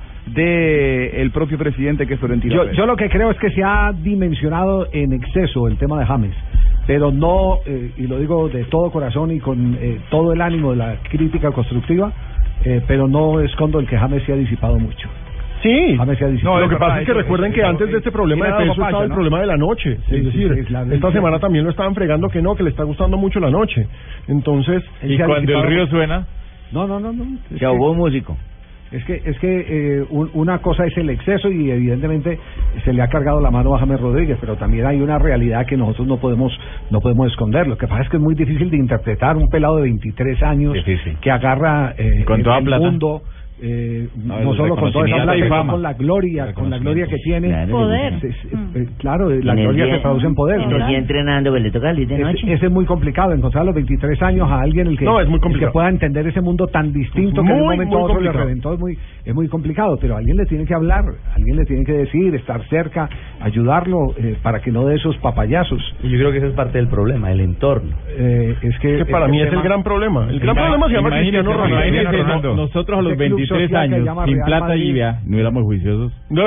de el propio presidente que es Florentino yo, Pérez. yo lo que creo es que se ha dimensionado en exceso el tema de James, pero no, eh, y lo digo de todo corazón y con eh, todo el ánimo de la crítica constructiva, eh, pero no escondo el que James se ha disipado mucho. Sí, James se ha disipado. no, lo que verdad, pasa es que recuerden que antes de este problema de peso estaba papaya, el ¿no? problema de la noche. Sí, es decir, sí, sí, la, esta sí, semana sí. también lo estaban fregando que no, que le está gustando mucho la noche. Entonces, y cuando el río suena, no, no, no, no. Se ahogó un músico. Es que es que eh, un, una cosa es el exceso y evidentemente se le ha cargado la mano a James Rodríguez, pero también hay una realidad que nosotros no podemos no podemos esconder. Lo que pasa es que es muy difícil de interpretar un pelado de veintitrés años difícil. que agarra eh, con el, toda el plata. mundo. Eh, no, no solo con toda esa plata, sino fama. con la gloria, con la gloria que tiene. Claro, poder. Es, es, es, claro, la en gloria día, se traduce en poder. En el día entrenando, pues le toca salir de noche. Ese, ese es muy complicado, encontrar a los veintitrés años a alguien el que, no, es muy el que pueda entender ese mundo tan distinto que muy, de un momento a otro le complicado. reventó. Es muy, es muy complicado, pero alguien le tiene que hablar, alguien le tiene que decir, estar cerca, ayudarlo eh, para que no dé esos papayazos. Y yo creo que eso es parte del problema, el entorno. Eh, es que, que para es mí el es tema, el gran problema. El gran Ima- problema se llama imagínese, Cristiano Ronaldo. imagínese, Ronaldo. no- nosotros a los Ese club veintitrés social que años, llama sin Real plata Madrid. lluvia, no éramos juiciosos. No.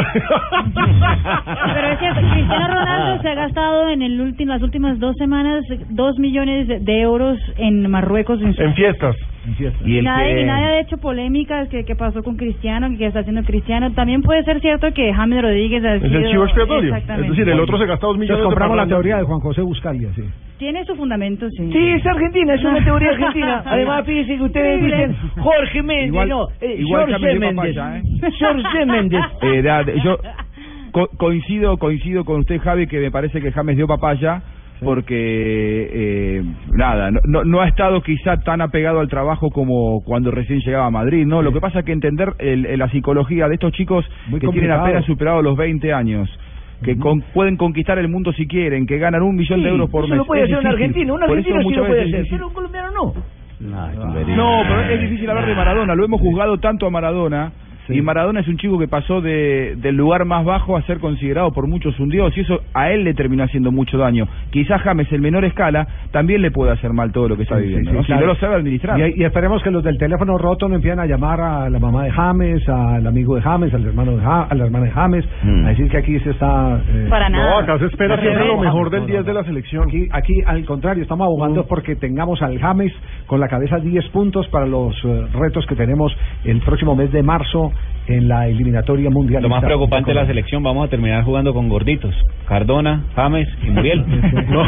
Pero es que Cristiano Ronaldo se ha gastado en el último, las últimas dos semanas dos millones de, de euros en Marruecos en, En fiestas. Y el nadie, que- y nadie ha hecho polémicas que, que pasó con Cristiano, que está haciendo Cristiano. También puede ser cierto que James Rodríguez ha Es sido... el chivo expiatorio. Exactamente. Es decir, el otro se gasta dos millones Entonces de compramos la parranda. teoría de Juan José Buscalia, sí. Tiene su fundamento, sí. Sí, es argentina, es una teoría argentina. Además, fíjense que ustedes dicen Jorge Méndez, Igual- no, eh, igual Jorge James dio Méndez. papaya, ¿eh? Jorge Méndez. Eh, da- de- yo Co- coincido, coincido con usted, Javi, que me parece que James dio papaya. Porque eh, nada, no, no, no ha estado quizá tan apegado al trabajo como cuando recién llegaba a Madrid, ¿no? Sí. Lo que pasa es que entender el, el, la psicología de estos chicos Muy que complicado. tienen apenas superado los veinte años, que uh-huh. con, pueden conquistar el mundo si quieren, que ganan un millón sí, de euros por eso mes. Eso lo puede hacer un argentino, un argentino sí lo puede hacer, sí. pero un colombiano no. No, no, pero es difícil hablar de Maradona, lo hemos juzgado tanto a Maradona. Sí. Y Maradona es un chico que pasó de del lugar más bajo a ser considerado por muchos un dios, y eso a él le terminó haciendo mucho daño. Quizás James, en menor escala, también le puede hacer mal todo lo que está sí, viviendo, sí, ¿no? Sí, claro. Si no lo sabe administrar. Y, y esperemos que los del teléfono roto no empiecen a llamar a la mamá de James, al amigo de James, al hermano de ja, a la hermana de James, mm. a decir que aquí se está... Eh, Para nada. No, acá se espera no, siempre no, lo mejor del no, diez no, no. de la selección. Aquí, aquí al contrario, estamos abogando mm. porque tengamos al James con la cabeza diez puntos para los uh, retos que tenemos el próximo mes de marzo en la eliminatoria mundial. Lo más preocupante de la selección, vamos a terminar jugando con gorditos: Cardona, James y Muriel. No,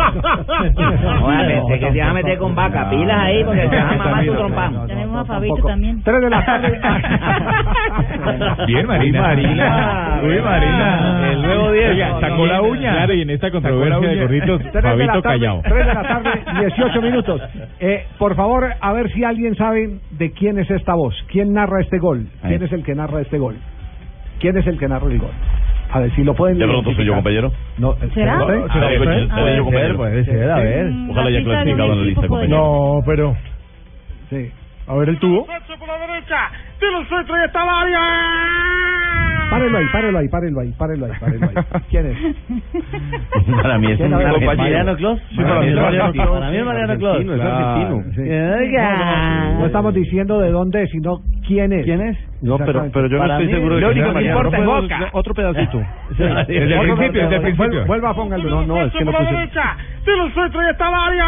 pensé que se iba a meter con vaca, pilas ahí porque se va a mamar tu trompán. Tenemos a Fabito también. Tres de la tarde. Bien, Marina. Marina. Uy, Marina. El nuevo diez. Oiga, sacó la uña. Claro, y en esta controversia de gorditos, Fabito callado. Tres de la tarde, dieciocho minutos. Eh, por favor, a ver si alguien sabe de quién es esta voz. ¿Quién narra este gol? ¿Quién es el que narra este gol? ¿Quién es el que narra el gol? A ver si lo pueden. ¿De pronto soy yo, compañero? No, ¿será? No, ¿Será? ¿será yo, ¿será yo, compañero? Puede ser, a ver. Ojalá haya clasificado en la lista, compañero. No, pero... Sí. A ver el tubo. Por la derecha, tiro el centro y está María. Párelo ahí, párelo ahí, párelo ahí, párelo ahí, párelo ahí. ¿Quién es? Para mí es un compañero. ¿Mariano Clos? Sí, para mí es Mariano Clos. Para mí es Mariano Clos. Es argentino. No estamos diciendo de dónde, sino quién es. ¿Quién es? No, pero, pero yo no Para estoy mí, seguro de lo que único que importa es Boca. Otro pedacito. Desde el principio, desde el principio. Vuelva a póngalo. No, no, es que no por la puse. derecha, tiro el centro y está María.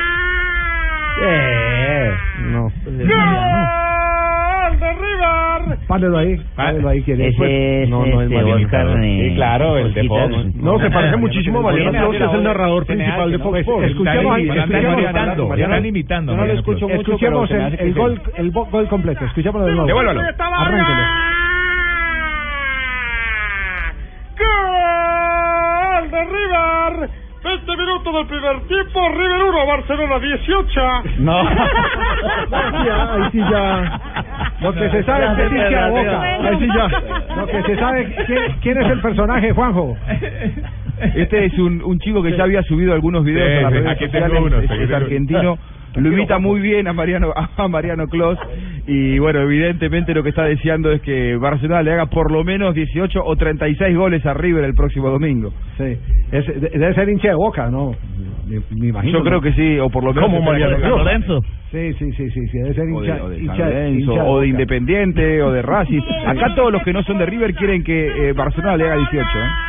Eh, no. ¡Gol de River! Párelo ahí, párelo ahí, ¿quién es? Ese es no, no es este Mariano. Oscar. Sí, claro, el de Fox. No, se parece muchísimo a Mariano Clos, que es el narrador principal de Fox Sports. Escuchemos ahí, escuchemos. Están imitando. No lo escucho mucho. Escuchemos el, el gol, el gol completo. Escuchémoslo de nuevo. Devuélvalo. Arránquelo. ¡Gol de River! veinte minutos del primer tiempo, River uno, Barcelona dieciocho. No. Ahí sí ya. Lo que se sabe es que sí a Boca. Ahí sí ya. Lo que se sabe, ¿quién, quién es el personaje, Juanjo? Este es un, un chico que ya había subido algunos videos sí, a las sí, redes aquí sociales, tengo uno, es, es argentino, lo imita muy bien a Mariano a Mariano Clos, y bueno, evidentemente lo que está deseando es que Barcelona le haga por lo menos dieciocho o treinta y seis goles a River el próximo domingo. Sí, es, debe ser hincha de Boca, ¿no? Me, me imagino. Yo creo ¿no? que sí, o por lo menos... Como Mariano Clos. Lorenzo. Sí, sí, sí, sí, sí, debe ser hincha, o de, o de hincha, San Lorenzo, hincha de o de Boca. Independiente, o de Racing. Acá todos los que no son de River quieren que eh, Barcelona le haga dieciocho, ¿eh?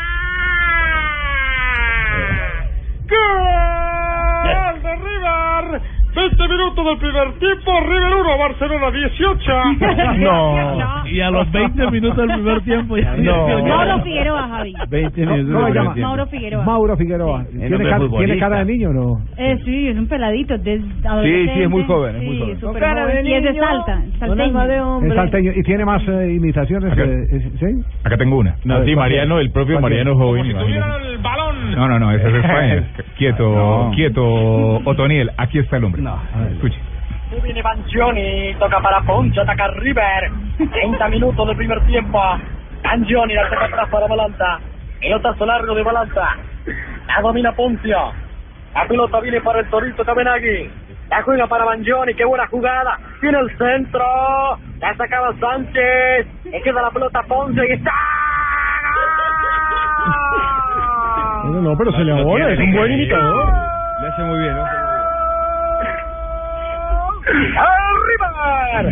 ¡Gol de River! veinte minutos del primer tiempo, River uno, Barcelona dieciocho. No. Y a los veinte minutos del primer tiempo ya. No. Mauro Figueroa, Javi. veinte No, minutos. ¿cómo del se llama? primer tiempo. Mauro Figueroa. Mauro Figueroa. Sí. ¿Tiene, cara, ¿Tiene cara de niño o no? Eh, sí, es un peladito. De Sí, sí, es muy joven, es muy sí, joven. súper Cara de joven. Y es de niño, Salta, con alma de salteño. hombre. Es salteño. ¿Y tiene más eh, imitaciones? Acá. Eh, eh, ¿Sí? Acá tengo una. No, A ver, sí, ¿cuál Mariano, el propio ¿cuál Mariano joven, imagino. El balón. No, no, no, ese es España. Quieto, No. quieto, Otoniel, aquí está el hombre. No. Escuche. Viene Bangioni, toca para Poncho, ataca River. treinta minutos del primer tiempo. Bangioni la saca atrás para Balanta. Pelotazo largo de Balanta. La domina Poncio. La pelota viene para el Torito Cabenagui. La juega para Bangioni, qué buena jugada. Tiene el centro. La sacaba Sánchez. Le queda la pelota a Poncio y está. No, no, pero se le abona, es un buen imitador. Le hace muy bien, ¿no? ¡River!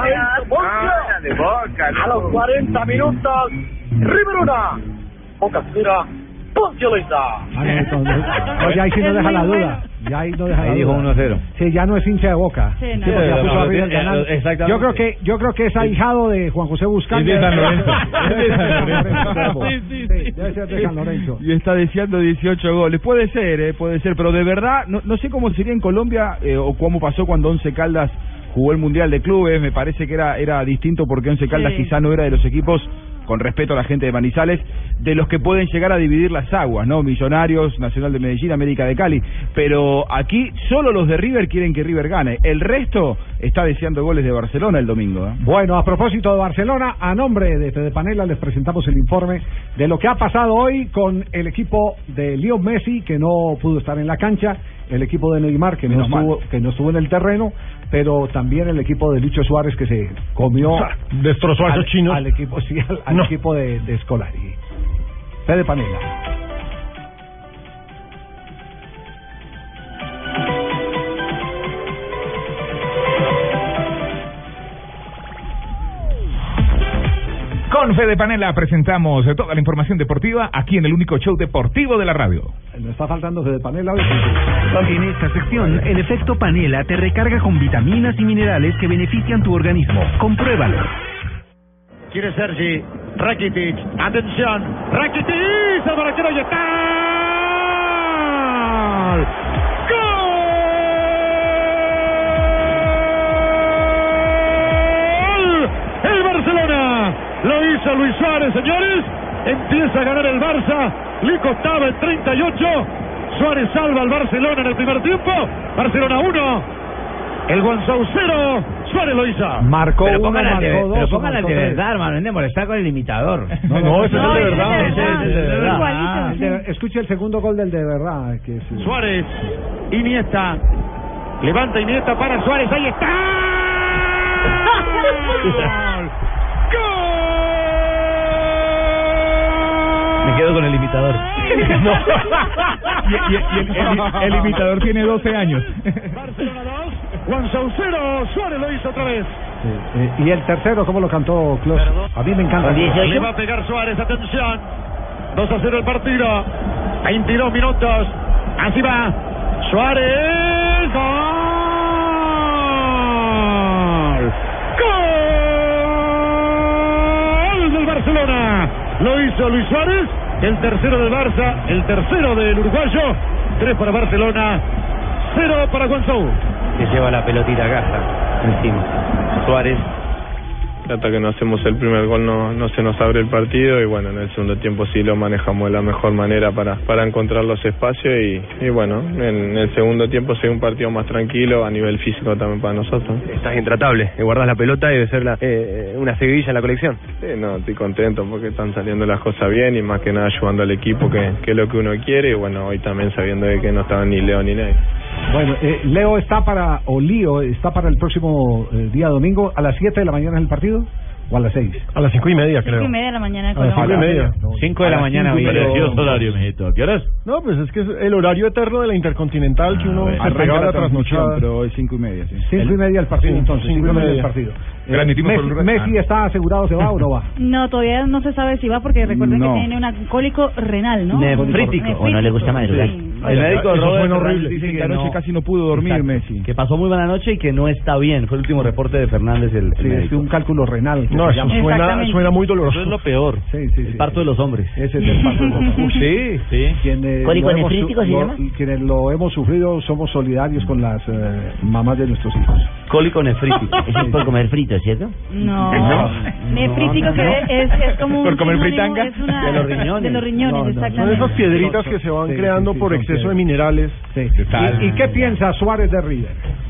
A los cuarenta minutos, River uno. Boca cero, Poncio Liza. Oye, ahí sí no deja la duda. Ya ahí no deja la duda. Ahí dijo uno a cero. Sí, ya no es hincha de Boca. Sí, no. Sí, porque ya puso no, a River no, ganando. exactamente. Yo creo que yo creo que es ahijado de Juan José Buscaglia. Es de San Lorenzo. Es de San Lorenzo. Sí, sí, Sí, debe ser de San Lorenzo. Y está deseando dieciocho goles. Puede ser, eh, puede ser, pero de verdad, no, no sé cómo sería en Colombia eh, o cómo pasó cuando Once Caldas jugó el Mundial de Clubes. Me parece que era era distinto porque Once Caldas Sí. quizá no era de los equipos con respeto a la gente de Manizales, de los que pueden llegar a dividir las aguas, ¿no? Millonarios, Nacional de Medellín, América de Cali. Pero aquí solo los de River quieren que River gane. El resto está deseando goles de Barcelona el domingo, ¿eh? Bueno, a propósito de Barcelona, a nombre de Fede Panela les presentamos el informe de lo que ha pasado hoy con el equipo de Leo Messi, que no pudo estar en la cancha, el equipo de Neymar, que no estuvo, que no estuvo en el terreno, pero también el equipo de Lucho Suárez, que se comió, destrozó a esos al, chinos al equipo, sí, al, al no. equipo de, de Scolari. Fede Panela. Con Fede Panela presentamos toda la información deportiva aquí en el único show deportivo de la radio. ¿No está faltando Fede Panela? En esta sección, el efecto Panela te recarga con vitaminas y minerales que benefician tu organismo. Compruébalo. Quiere Sergi, Rakitic, atención, Rakitic, el arquero y está. ¡Gol! El Barcelona lo hizo Luis Suárez, señores. Empieza a ganar el Barça, le costaba el treinta y ocho. Suárez salva al Barcelona en el primer tiempo. Barcelona uno, el Guangzhou cero. Suárez lo hizo. Marcó pero uno, póngala marcó de, dos. Pero póngala marcó de tres. verdad, hermano. No de molestar con el imitador. No, no, ese no, es el de verdad. ese es el de verdad. Ah, de- Escuche el segundo gol del de verdad. Que es, Suárez, Iniesta, levanta Iniesta para Suárez, ahí está. Me quedo con el imitador. y, y- y el, el- el imitador tiene doce años. Barcelona dos, Guangzhou cero. Suárez lo hizo otra vez. Sí, eh, y el tercero, ¿cómo lo cantó Klose? A mí me encanta. Le va a pegar Suárez, atención. dos a cero el partido. veintidós minutos. Así va. Suárez. Gol. Gol del Barcelona. Lo hizo Luis Suárez. El tercero del Barça. El tercero del uruguayo. tres para Barcelona. cero para Guangzhou. Que lleva la pelotita acá encima. Suárez. Hasta que no hacemos el primer gol no, no se nos abre el partido y bueno, en el segundo tiempo sí lo manejamos de la mejor manera para, para encontrar los espacios y, y bueno, en el segundo tiempo se un partido más tranquilo a nivel físico también para nosotros. Estás intratable. Guardas la pelota y debe ser la, eh, una seguidilla en la colección. Sí, no, estoy contento porque están saliendo las cosas bien y más que nada ayudando al equipo que, que es lo que uno quiere y bueno, hoy también sabiendo de que no estaban ni Leo ni Ney. Bueno, eh, Leo está para, o Lío está para el próximo eh, día domingo, a las siete de la mañana es el partido, o a las seis. A las cinco y media, creo. Cinco y media de la mañana. A las cinco y media. Cinco de la mañana, cinco y media. precioso horario, mijito. ¿A qué horas? No, pues es que es el horario eterno de la Intercontinental que uno se Arranca pegaba la la transmisión, trasnochada. pero es cinco y media, sí. Cinco y media el partido, Sí, entonces, cinco, y media el partido. Eh, Transmitimos Messi, por un- Messi ah. está asegurado, ¿se va o no va? No, todavía no se sabe si va porque recuerden No. que tiene un cólico renal, ¿no? Nefrítico. O no le gusta madrugar. Sí. El médico Eso Robert fue horrible. Fernández dice que Que anoche no. casi no pudo dormir Exacto. Messi. Que pasó muy buena noche y que no está bien. Fue el último reporte de Fernández, el, el Sí, es médico. un cálculo renal. que No, se eso llama. suena, Exactamente. suena muy doloroso. Eso es lo peor. Sí, sí, El sí. parto de los hombres. Ese es el parto de los hombres. Sí, sí. Quienes ¿Cólico lo hemos su- nefrítico se lo- llama? y quienes lo hemos sufrido somos solidarios con las eh, mamás de nuestros hijos. Cólico nefrítico. Eso es por comer frito, ¿cierto? No. No. Nefrítico No, que no. es, es como un Por comer sinónimo, fritanga. es una- De los riñones. De los riñones, No, no, Son exactamente. esas piedritas que se van Sí, creando sí, sí, por son exceso de piedras. minerales. Sí. ¿Y, ¿Y qué piensa Suárez de River?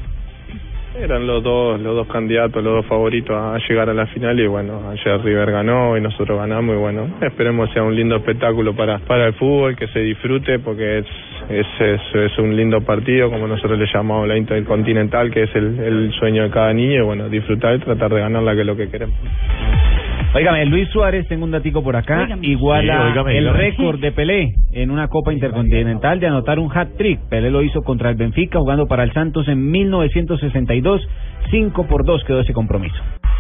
Eran los dos los dos candidatos, los dos favoritos a llegar a la final y bueno, ayer River ganó y nosotros ganamos y bueno, esperemos sea un lindo espectáculo para para el fútbol, que se disfrute porque es es, es, es un lindo partido como nosotros le llamamos la Intercontinental, que es el, el sueño de cada niño y bueno, disfrutar y tratar de ganarla que es lo que queremos. Óigame, Luis Suárez, tengo un datico por acá, Óigame. iguala Sí, óigame, el óigame. récord de Pelé en una Copa Intercontinental de anotar un hat-trick. Pelé lo hizo contra el Benfica jugando para el Santos en mil novecientos sesenta y dos, cinco por dos quedó ese compromiso.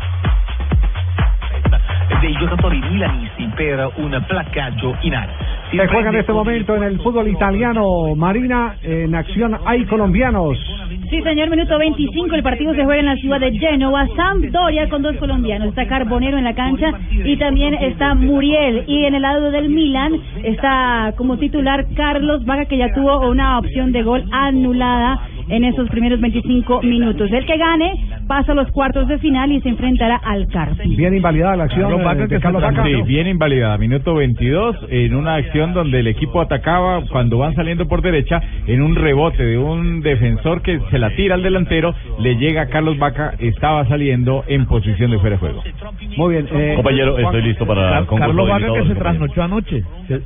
dei giocatori milanisti per un placcaggio in area. Si Se juega en prende este con il momento en el fútbol italiano, Marina, en acción hay colombianos. Sí, señor, minuto veinticinco, el partido se juega en la ciudad de Génova, Sampdoria con dos colombianos, está Carbonero en la cancha y también está Muriel, y en el lado del Milan está como titular Carlos Vaca, que ya tuvo una opción de gol anulada en esos primeros veinticinco minutos. El que gane pasa a los cuartos de final y se enfrentará al Carpi. Bien invalidada la acción. Carlos Vaca, eh, que de Carlos se- Vaca. sí, bien invalidada. Minuto veintidós, en una acción donde el equipo atacaba cuando van saliendo por derecha, en un rebote de un defensor que se la tira al delantero, le llega a Carlos Vaca, estaba saliendo en posición de fuera de juego. Muy bien. Eh, Compañero, estoy listo para el concurso Carlos de Vaca, que invitados, se compañero. trasnochó anoche.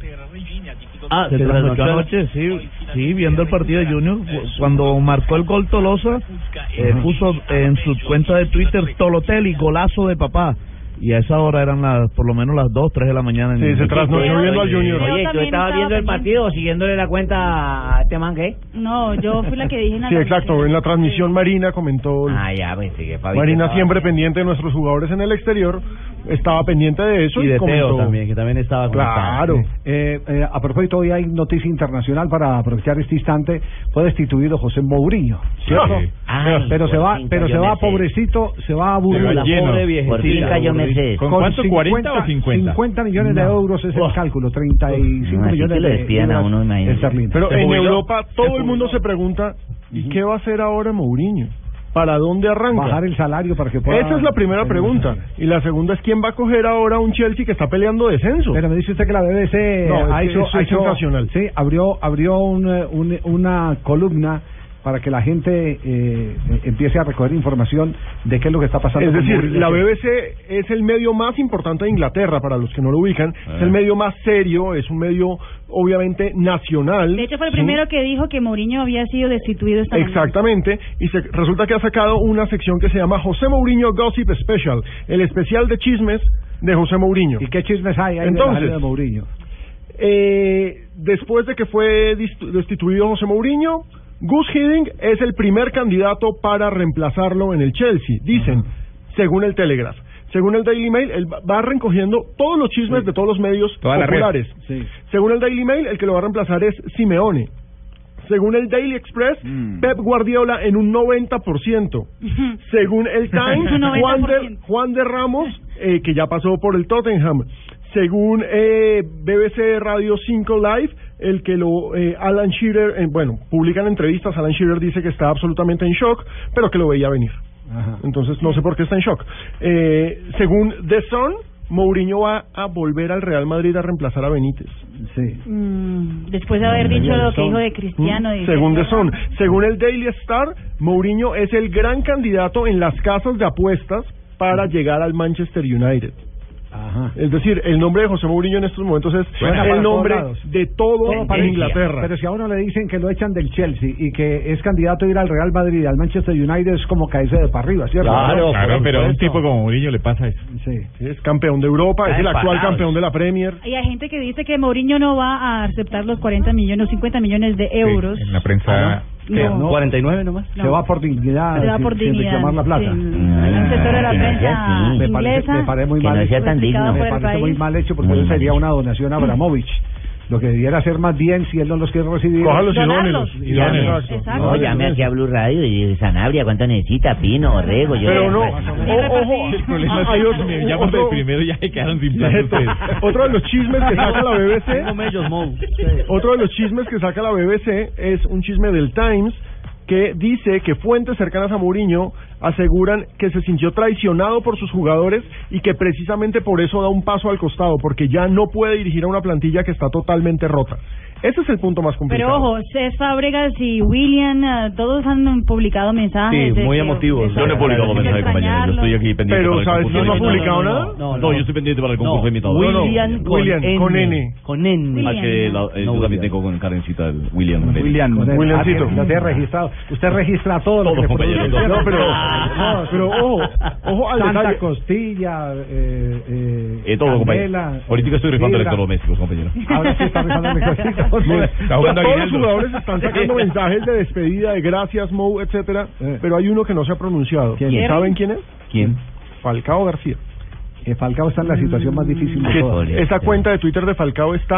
Ah, se se trasnochó trasnochó anoche, sí, sí, viendo el partido de Junior. Cuando marcó el gol Tolosa, eh, puso en su cuenta de Twitter Tolotelli, golazo de papá. Y a esa hora eran las, por lo menos las dos, tres de la mañana. Sí, se trasnochó viendo al Junior. Oye, ¿tú estabas viendo el partido o siguiéndole la cuenta a este man, qué? No, yo fui la que dije en la Sí, exacto. En la transmisión Marina comentó. Ah, ya, pues sí, que Fabi Marina estaba- siempre pendiente de nuestros jugadores en el exterior, estaba pendiente de eso Y de comentó. Teo también, que también estaba Claro. Eh, eh, a propósito, hoy hay noticia internacional para aprovechar este instante. Fue destituido José Mourinho, ¿cierto? Sí. Ay, pero se por va, fin pero cayó se va Mercedes. pobrecito, se va a aburrir. La pobre viejecita. Por fin cayó Mercedes. ¿Con cuánto, cuarenta o cincuenta? cincuenta millones de No. euros es el cálculo, treinta y cinco No, así millones que lo de despidan a libras uno, imagínate. esterlinas. Pero ¿Se en jubiló? Europa todo el mundo se pregunta, ¿y qué va a hacer ahora Mourinho? ¿Para dónde arranca? Bajar el salario para que pueda... Esa es la primera pregunta. Y la segunda es, ¿quién va a coger ahora un Chelsea que está peleando descenso? Pero me dice usted que la B B C No, ha es que hecho, eso ha es hecho- sensacional. sí, abrió abrió un, eh, un- una columna para que la gente eh, eh, empiece a recoger información de qué es lo que está pasando. Es con decir, Mourinho. la B B C es el medio más importante de Inglaterra, para los que no lo ubican. Es el medio más serio, es un medio obviamente nacional. De hecho, fue el ¿sí? primero que dijo que Mourinho había sido destituido esta mañana. Exactamente, y se, resulta que ha sacado una sección que se llama José Mourinho Gossip Special, el especial de chismes de José Mourinho. ¿Y qué chismes hay ahí de la Entonces, salida de Mourinho? Eh, después de que fue distu- destituido José Mourinho, Gus Hiddink es el primer candidato para reemplazarlo en el Chelsea, dicen, según el Telegraph. Según el Daily Mail, él va- va recogiendo todos los chismes de todos los medios Toda la red. populares. Sí. Según el Daily Mail, el que lo va a reemplazar es Simeone. Según el Daily Express, Pep Guardiola en un noventa por ciento. Según el Times, Un noventa Juan por de, ciento. Juan de Ramos, eh, que ya pasó por el Tottenham. Según eh, B B C Radio cinco Live, el que lo eh, Alan Shearer, eh, bueno, publican entrevistas, Alan Shearer dice que está absolutamente en shock, pero que lo veía venir. Ajá. Entonces no sé por qué está en shock. Eh, según The Sun, Mourinho va a volver al Real Madrid a reemplazar a Benítez. Sí. Mm, después de haber dicho lo que dijo de Cristiano. y- Según The Sun, según el Daily Star, Mourinho es el gran candidato en las casas de apuestas para llegar al Manchester United. Ajá. Es decir, el nombre de José Mourinho en estos momentos es Suena para el nombre todos lados. de todo Todo para en Inglaterra. Pero si a uno le dicen que lo echan del Chelsea y que es candidato a ir al Real Madrid y al Manchester United, es como caerse de para arriba, ¿cierto? Claro, claro, pero a un supuesto. tipo como Mourinho le pasa eso. Sí. Sí, es campeón de Europa, es Está el actual empatados. campeón de la Premier. Y hay gente que dice que Mourinho no va a aceptar los cuarenta millones o cincuenta millones de euros. Sí, en la prensa. No. No. cuarenta y nueve nomás. Se va por dignidad, Se va sin, por sin dignidad. reclamar la plata. Sí. Un sector de la que no sea prensa así. Me parece, inglesa. me parece muy Que mal. no sea tan digno. Criticado Me por el parece muy país. mal hecho porque Muy eso mal sería hecho. una donación a Abramovich. Lo que debiera hacer más bien, si él no los quiere recibir, Cójalos y Donarlos. dónelos. Y Llame. dónelos. Exacto. No, llame aquí a Blue Radio y dice, Sanabria, ¿cuánto necesita? Pino, Orrego, yo... Pero no, Pues, o- ojo, El problema hay es otro- que me llaman de otro- primero y ya se quedaron sin plata ustedes. Otro de los chismes que saca la B B C, Tengo mellos, Mo. otro de los chismes que saca la B B C es un chisme del Times que dice que fuentes cercanas a Mourinho aseguran que se sintió traicionado por sus jugadores y que precisamente por eso da un paso al costado, porque ya no puede dirigir a una plantilla que está totalmente rota. Ese es el punto más complicado. Pero ojo, Cés Fábregas y William, eh, todos han publicado mensajes. Sí, de muy que- emotivos. de- Yo no he publicado de mensajes, compañero. Yo estoy aquí pendiente Pero, para el ¿sabes concurso quién no ha de publicado invitados. nada? No, No, yo estoy pendiente para el concurso de invitados. William, No, no, con William, N. con N. Con N. Ah, que la- eh, No, yo también William. tengo con Karencita el William. William. Con él. Williamcito. Ah, lo tiene registrado. Usted registra todo lo Todos, que le compañero, produce. todos. No, pero, Ah, no, pero ojo, ojo al Santa detalle. Costilla, eh, eh, Eh, todo, compañero. Candela, Ahorita estoy rifando Fibra. electrodomésticos, compañero. Ahora sí está rifando electrodomésticos. Muy bien. Está O sea, jugando todos los Aguinaldo. jugadores están sacando mensajes de despedida, de gracias, Mo, etcétera, Eh. pero hay uno que no se ha pronunciado. ¿Quién? ¿Saben quién es? ¿Quién? Falcao García. Eh, Falcao está en la situación más difícil de Que todas. esa cuenta de Twitter de Falcao está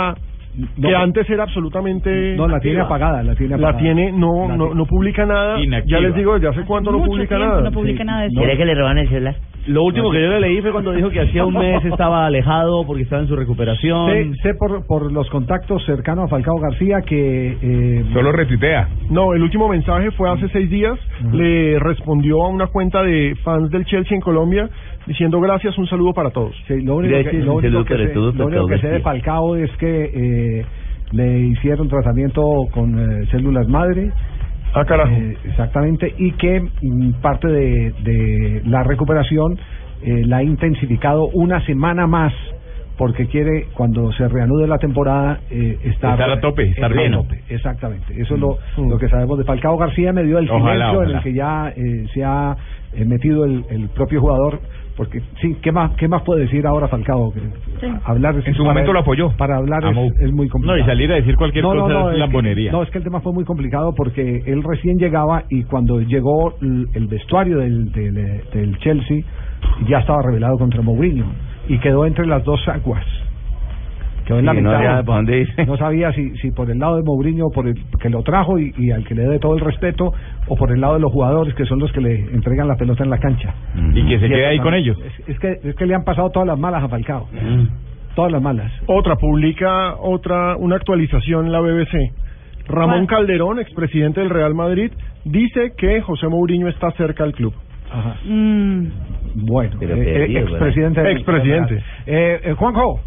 que antes era absolutamente no la tiene apagada, la tiene apagada. La tiene, no, La no, tiene. no publica nada. Inactiva. Ya les digo, desde hace cuánto no Mucho publica tiempo nada. no publica nada de eso. ¿Quiere que le roban el celular? Lo último que yo le leí fue cuando dijo que hacía un mes estaba alejado porque estaba en su recuperación. Sé, sé por, por los contactos cercanos a Falcao García que... Eh, Solo retuitea. No, el último mensaje fue hace seis días. Uh-huh. Le respondió a una cuenta de fans del Chelsea en Colombia diciendo gracias, un saludo para todos. Sí, lo único que, lo único que, sé, lo único que sé de Falcao es que eh, le hicieron tratamiento con eh, células madre. Ah, carajo. Eh, exactamente, y que mm, parte de, de la recuperación eh, la ha intensificado una semana más porque quiere, cuando se reanude la temporada, eh, estar, estar a tope, estar bien. Exactamente, eso es lo, mm. lo que sabemos de Falcao García, me dio el Ojalá, silencio ojalá. en el que ya eh, se ha eh, metido el, el propio jugador, porque sí, ¿qué más qué más puede decir ahora Falcao? Sí. Hablar En su momento él, lo apoyó. Para hablar A Mou. es, es muy complicado. No, y salir a decir cualquier No, no, cosa no, es es lambonería. que- no, es que el tema fue muy complicado porque él recién llegaba y cuando llegó l- el vestuario del, del, del Chelsea ya estaba revelado contra Mourinho y quedó entre las dos aguas. Quedó en la Sí, no mitad. sabía por dónde ir. No sabía si, si por el lado de Mourinho, por el que lo trajo y, y al que le dé todo el respeto, o por el lado de los jugadores que son los que le entregan la pelota en la cancha. Y que se quede ahí eso con también. ellos. Es, es que, es que le han pasado todas las malas a Falcao. Todas las malas. Otra, publica otra, una actualización en la B B C. Ramón ¿Cuál? Calderón, expresidente del Real Madrid, dice que José Mourinho está cerca al club. Ajá. Mm. Bueno, Pero eh, qué eh, tío, expresidente. del- Expresidente. Eh, eh, Juanjo,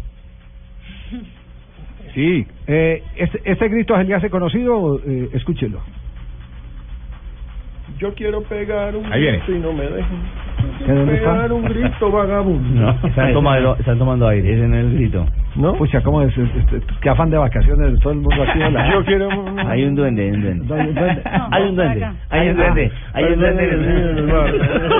Sí. eh, este, este grito es el que hace conocido, eh, escúchelo. Yo quiero pegar un Ahí viene. grito y no me dejan. ¿De dónde Pegar está? un grito vagabundo. No, están tomando, están tomando aire. Ese no es el grito. ¿No? Pucha, ¿cómo es? Este, qué afán de vacaciones de todo el mundo aquí. La... Yo quiero... Hay un duende, hay un duende. No, hay un duende. No, Hay un duende. acá. Hay un duende. Hay un duende.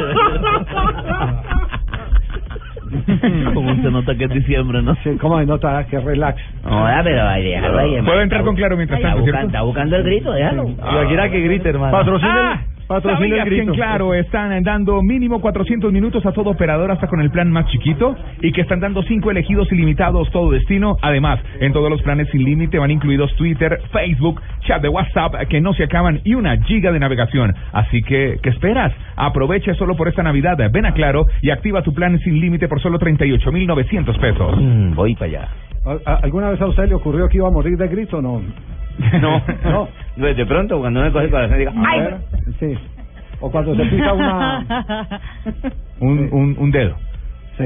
Como se nota que es diciembre, ¿no? Sí, ¿cómo se nota? Que relax. No, ya, pero ahí, déjalo ahí. Puedo entrar con Claro mientras Está tanto, buscando, ¿cierto? está buscando el grito, déjalo. Cualquiera que grite, hermano. Patrocina, Ah, patrocina el ¿sabías que en grito. Claro están dando mínimo cuatrocientos minutos a todo operador hasta con el plan más chiquito y que están dando cinco elegidos ilimitados todo destino? Además, en todos los planes sin límite van incluidos Twitter, Facebook, chat de WhatsApp que no se acaban y una giga de navegación. Así que, ¿qué esperas? Aprovecha solo por esta Navidad. Ven a Claro y activa tu plan sin límite por solo treinta y ocho mil novecientos pesos. Mm, voy para allá. ¿A- a- ¿Alguna vez a usted le ocurrió que iba a morir de grito o no? No, No. no. De pronto, cuando uno coge el corazón, diga, A ¡ay! ver, sí. O cuando se pisa una... Un, un, un dedo. Sí.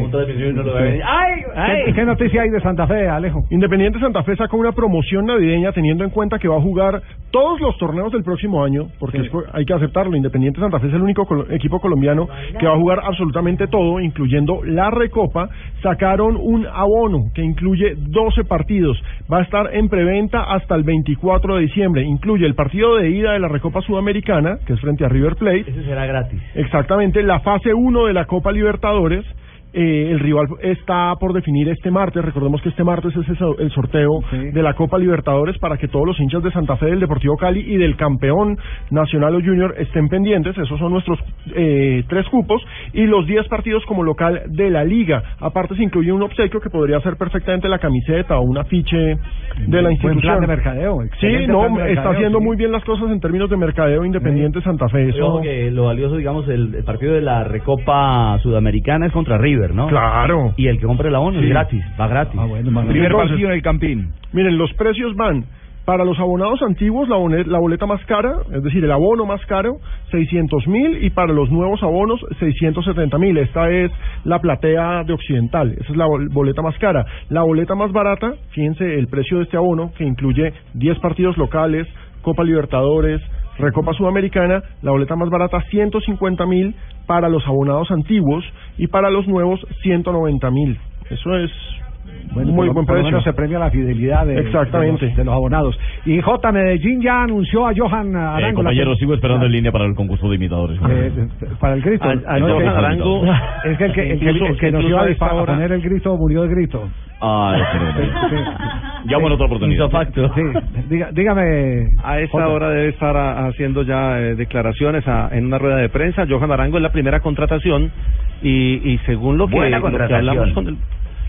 ¡Ay! ¿Qué, ¿Qué noticia hay de Santa Fe, Alejo? Independiente Santa Fe sacó una promoción navideña teniendo en cuenta que va a jugar todos los torneos del próximo año, porque es- hay que aceptarlo, Independiente Santa Fe es el único colo- equipo colombiano que va a jugar absolutamente todo, incluyendo la Recopa. Sacaron un abono que incluye doce partidos, va a estar en preventa hasta el veinticuatro de diciembre, incluye el partido de ida de la Recopa Sudamericana, que es frente a River Plate. Ese será gratis. Exactamente, la fase uno de la Copa Libertadores. Eh, el rival está por definir este martes. Recordemos que este martes es el so- el sorteo Sí. de la Copa Libertadores para que todos los hinchas de Santa Fe, del Deportivo Cali y del campeón nacional o junior estén pendientes. Esos son nuestros eh, tres cupos y los diez partidos como local de la liga. Aparte se incluye un obsequio que podría ser perfectamente la camiseta o un afiche de la Buen institución. plan de mercadeo. Sí, excelente no, plan de está mercadeo, haciendo sí. muy bien las cosas en términos de mercadeo Independiente Santa Fe. Eso... Ojo que lo valioso, digamos, el, el partido de la Recopa Sudamericana es contra River, ¿no? Claro. Y el que compre la ONU Sí. es gratis, va gratis. Ah, bueno, mano. Primer Entonces- partido en el Campín. Miren, los precios van para los abonados antiguos, la, bone- la boleta más cara, es decir, el abono más caro, seiscientos mil, y para los nuevos abonos, seiscientos setenta mil. Esta es la platea de Occidental, esa es la bol- boleta más cara. La boleta más barata, fíjense el precio de este abono, que incluye diez partidos locales, Copa Libertadores, Recopa Sudamericana, la boleta más barata, ciento cincuenta mil para los abonados antiguos, y para los nuevos, ciento noventa mil. Eso es... Bueno, muy por, buen por lo precio. menos se premia la fidelidad de, Exactamente. de, los, de los abonados. Y J. Medellín ya anunció a Johan Arango. Eh, compañero, sigo esperando en línea para el concurso de imitadores. Eh, para el grito. A- a No, Johan es que- Arango, es que el que, el que, incluso- el que nos incluso iba a, a esta disparar, a hora- poner el grito murió de grito. Ah, Sí, sí. llamo en otra oportunidad. Hizo facto. Sí, diga- dígame. A esta Jota. hora debe estar a- haciendo ya eh, declaraciones a- en una rueda de prensa. Johan Arango es la primera contratación y, y según lo que, Buena lo que contratación. hablamos con el...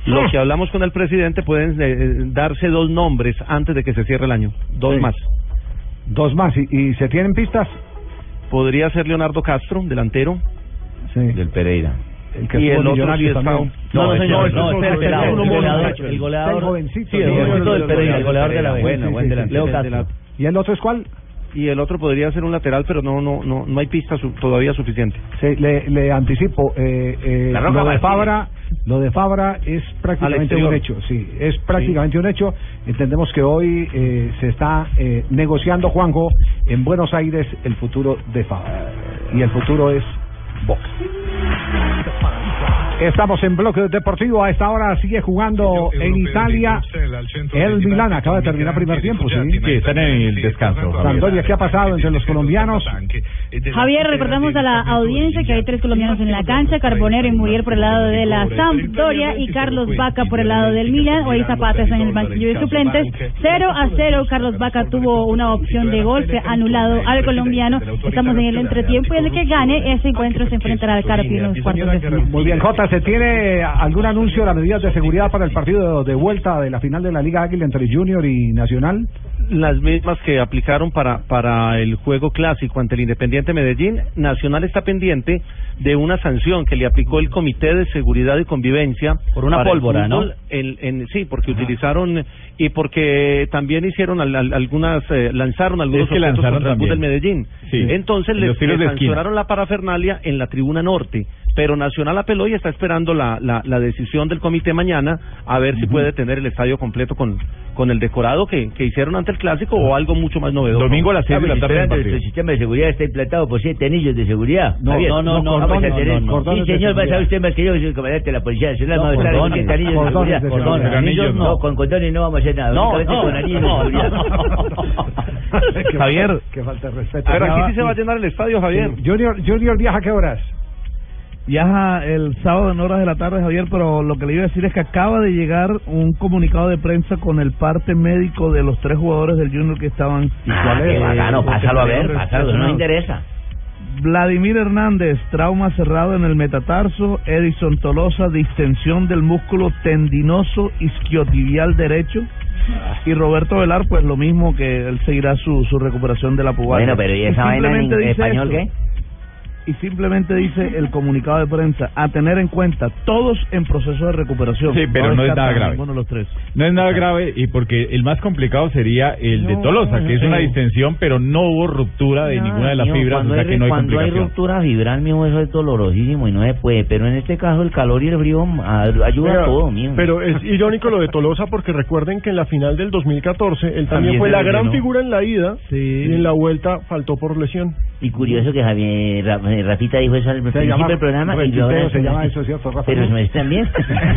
Lo que hablamos con el presidente, pueden eh, darse dos nombres antes de que se cierre el año. Dos Sí. más. Dos más. ¿Y, y se tienen pistas? Podría ser Leonardo Castro, delantero. Sí. Del Pereira. El que y estuvo el otro Millonarios sí está... también. No, no, señor, no, no, ese es es el uno goleador, muchacho. el goleador. El jovencito. Sí, el jovencito del Pereira, el goleador de la B. Bueno, buen delantero. Leo Castro. ¿Y el otro es cuál? Y el otro podría ser un lateral, pero no no no no hay pista su- todavía suficiente. Sí, le, le anticipo, eh, eh, La Roca lo de Martínez. Fabra, lo de Fabra es prácticamente exterior. un hecho, sí, es prácticamente un hecho. Entendemos que hoy eh, se está eh, negociando, Juanjo, en Buenos Aires el futuro de Fabra y el futuro es Boca. Estamos en Bloque Deportivo. A esta hora sigue jugando en Italia el Milán. Acaba de terminar primer tiempo, ¿sí? Sí, están en el descanso. Sampdoria, ¿qué ha pasado entre los colombianos? Javier, recordamos a la audiencia que hay tres colombianos en la cancha: Carbonero y Muriel por el lado de la Sampdoria y Carlos Vaca por el lado del Milan. Hoy Zapata está en el banquillo de suplentes. cero a cero. Carlos Vaca tuvo una opción de gol, fue anulado al colombiano. Estamos en el entretiempo y el que gane ese encuentro se enfrentará al Carpi en los cuartos de final. Muy bien, Jota, ¿se tiene algún anuncio de las medidas de seguridad para el partido de vuelta de la final de la Liga Águila entre Junior y Nacional? Las mismas que aplicaron para para el juego clásico ante el Independiente Medellín. Nacional está pendiente de una sanción que le aplicó el Comité de Seguridad y Convivencia Por una para el pólvora, ¿no? fútbol, en, en, sí, porque utilizaron y porque también hicieron al, al, algunas eh, lanzaron algunos Es que objetos lanzaron contra el bus del también. Medellín. Sí. Entonces En les, los tiros les de esquina. sancionaron la parafernalia en la tribuna norte, pero Nacional apeló y está esperando la, la, la decisión del comité mañana a ver si puede tener el estadio completo con con el decorado que, que hicieron ante el clásico o algo mucho más novedoso. Domingo a las seis de la tarde en el Nuestro partido. sistema de seguridad está implantado por siete anillos de seguridad. No, Javier. no, no, no, Vamos a no, tener- no, no, no. Sí, señor, va a saber usted más que yo, que soy el comandante de la Policía Nacional. No, Vamos a estar cordones, siete anillos de cordones seguridad. de seguridad. Cordones, Anillos no. No, con cordones no vamos a hacer nada. No, únicamente no, con anillos no, de seguridad. Javier, que falta de respeto. pero aquí sí se va a llenar el estadio, Javier. Sí. Junior, Junior viaja, ¿a qué horas? Viaja el sábado en horas de la tarde, Javier, pero lo que le iba a decir es que acaba de llegar un comunicado de prensa con el parte médico de los tres jugadores del Junior que estaban... Ah, qué bacano, pásalo a ver, pásalo, no me interesa. Vladimir Hernández, trauma cerrado en el metatarso. Edison Tolosa, distensión del músculo tendinoso isquiotibial derecho. Y Roberto Velar, pues lo mismo, que él seguirá su, su recuperación de la pubalgia. Bueno, pero ¿y esa vaina en simplemente ing- dice español esto. qué? Y simplemente dice el comunicado de prensa, a tener en cuenta, todos en proceso de recuperación. Sí, pero no es descartan nada grave. ninguno de los tres. No es nada grave y porque el más complicado sería el de No, Tolosa, que es sí. una distensión, pero no hubo ruptura de ninguna de las Mijo, fibras, o cuando sea hay, que no hay cuando hay complicación. ruptura fibral, mijo, eso es dolorosísimo y no se puede. Pero en este caso el calor y el frío a- ayuda Oiga, a todo, mijo. pero es irónico lo de Tolosa porque recuerden que en la final del dos mil catorce él también, También fue se la lesionó. gran figura en la ida y en la vuelta faltó por lesión. Y curioso que Javier Ra- eh, Rafita dijo eso al principio llama del programa y yo retuiteo, ahora... se llama eso, ¿cierto, Rafa? Pero no están bien.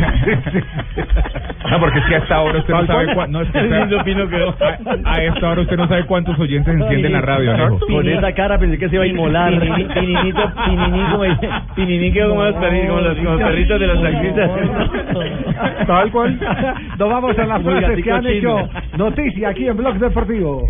No, porque es que hasta ahora usted no ¿Tal sabe cuál? cuánto. No, es que Sí, usted- yo opino que no. a, a esta hora usted no sabe cuántos oyentes encienden la radio, mijo. Con esa cara pensé que se iba a inmolar. Pinini- Pininito, Pinini, como dice, Pinini quedó como los perritos, como los, como los perritos de los taxistas. Tal cual. Nos vamos a las Muy frases que gatico han chino. hecho noticia aquí en Blog Deportivo.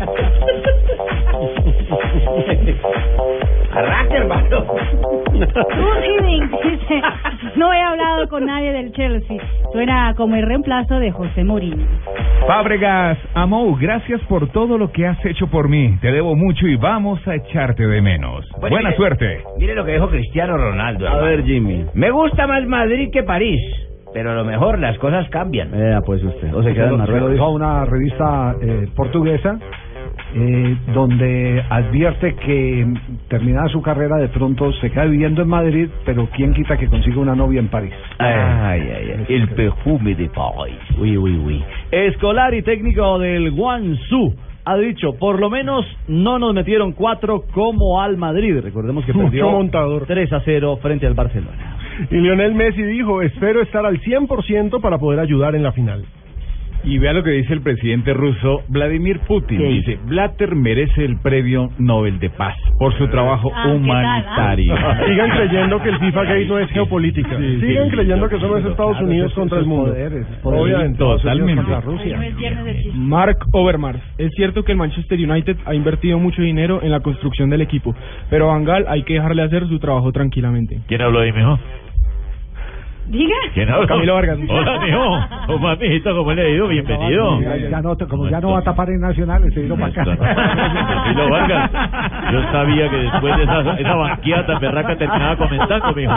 Arranque, hermano. Urgiding dice, no he hablado con nadie del Chelsea. Suena como el reemplazo de José Mourinho. Fábregas, Amou, gracias por todo lo que has hecho por mí. Te debo mucho y vamos a echarte de menos. Pues Buena mire, suerte. Mire lo que dijo Cristiano Ronaldo. A hermano. ver, Jimmy. Me gusta más Madrid que París, pero a lo mejor las cosas cambian. Eh, pues usted. O se Se queda en lo, se lo Marruecos. dijo a una revista eh, portuguesa, eh, donde advierte que mm, terminada su carrera de pronto se queda viviendo en Madrid, pero quién quita que consiga una novia en París. Ay, ay, ay. El perfume de París. Uy, uy, uy. Escolar y técnico del Guangzhou ha dicho, por lo menos no nos metieron cuatro como al Madrid. Recordemos que Mucho perdió montador. tres a cero frente al Barcelona. Y Lionel Messi dijo, espero estar al cien por ciento para poder ayudar en la final. Y vea lo que dice el presidente ruso Vladimir Putin. ¿Qué Dice, Blatter merece el premio Nobel de Paz por su trabajo Ah, ¿qué tal, humanitario. Sigan creyendo que el FIFA Gate no es geopolítica. Sí, Sigan sí, creyendo sí, que eso no es Estados Claro, Unidos eso- contra eso el es mundo. poder, es poder. Obviamente. Totalmente. Contra Hoy Rusia. no es viernes de chiste. Mark Overmars. Es cierto que el Manchester United ha invertido mucho dinero en la construcción del equipo, pero a Van Gaal hay que dejarle hacer su trabajo tranquilamente. ¿Quién habló ahí, mijo? Diga. ¿Quién habla? Camilo Vargas. Hola, mijo. ¿Cómo has, mijito? ¿Cómo le ha ido? Bienvenido. Ya, ya no, como ya no va a tapar en Nacional, se vino para acá. Camilo Vargas. Yo sabía que después de esa, esa banqueada tan berraca terminaba comentando, mijo.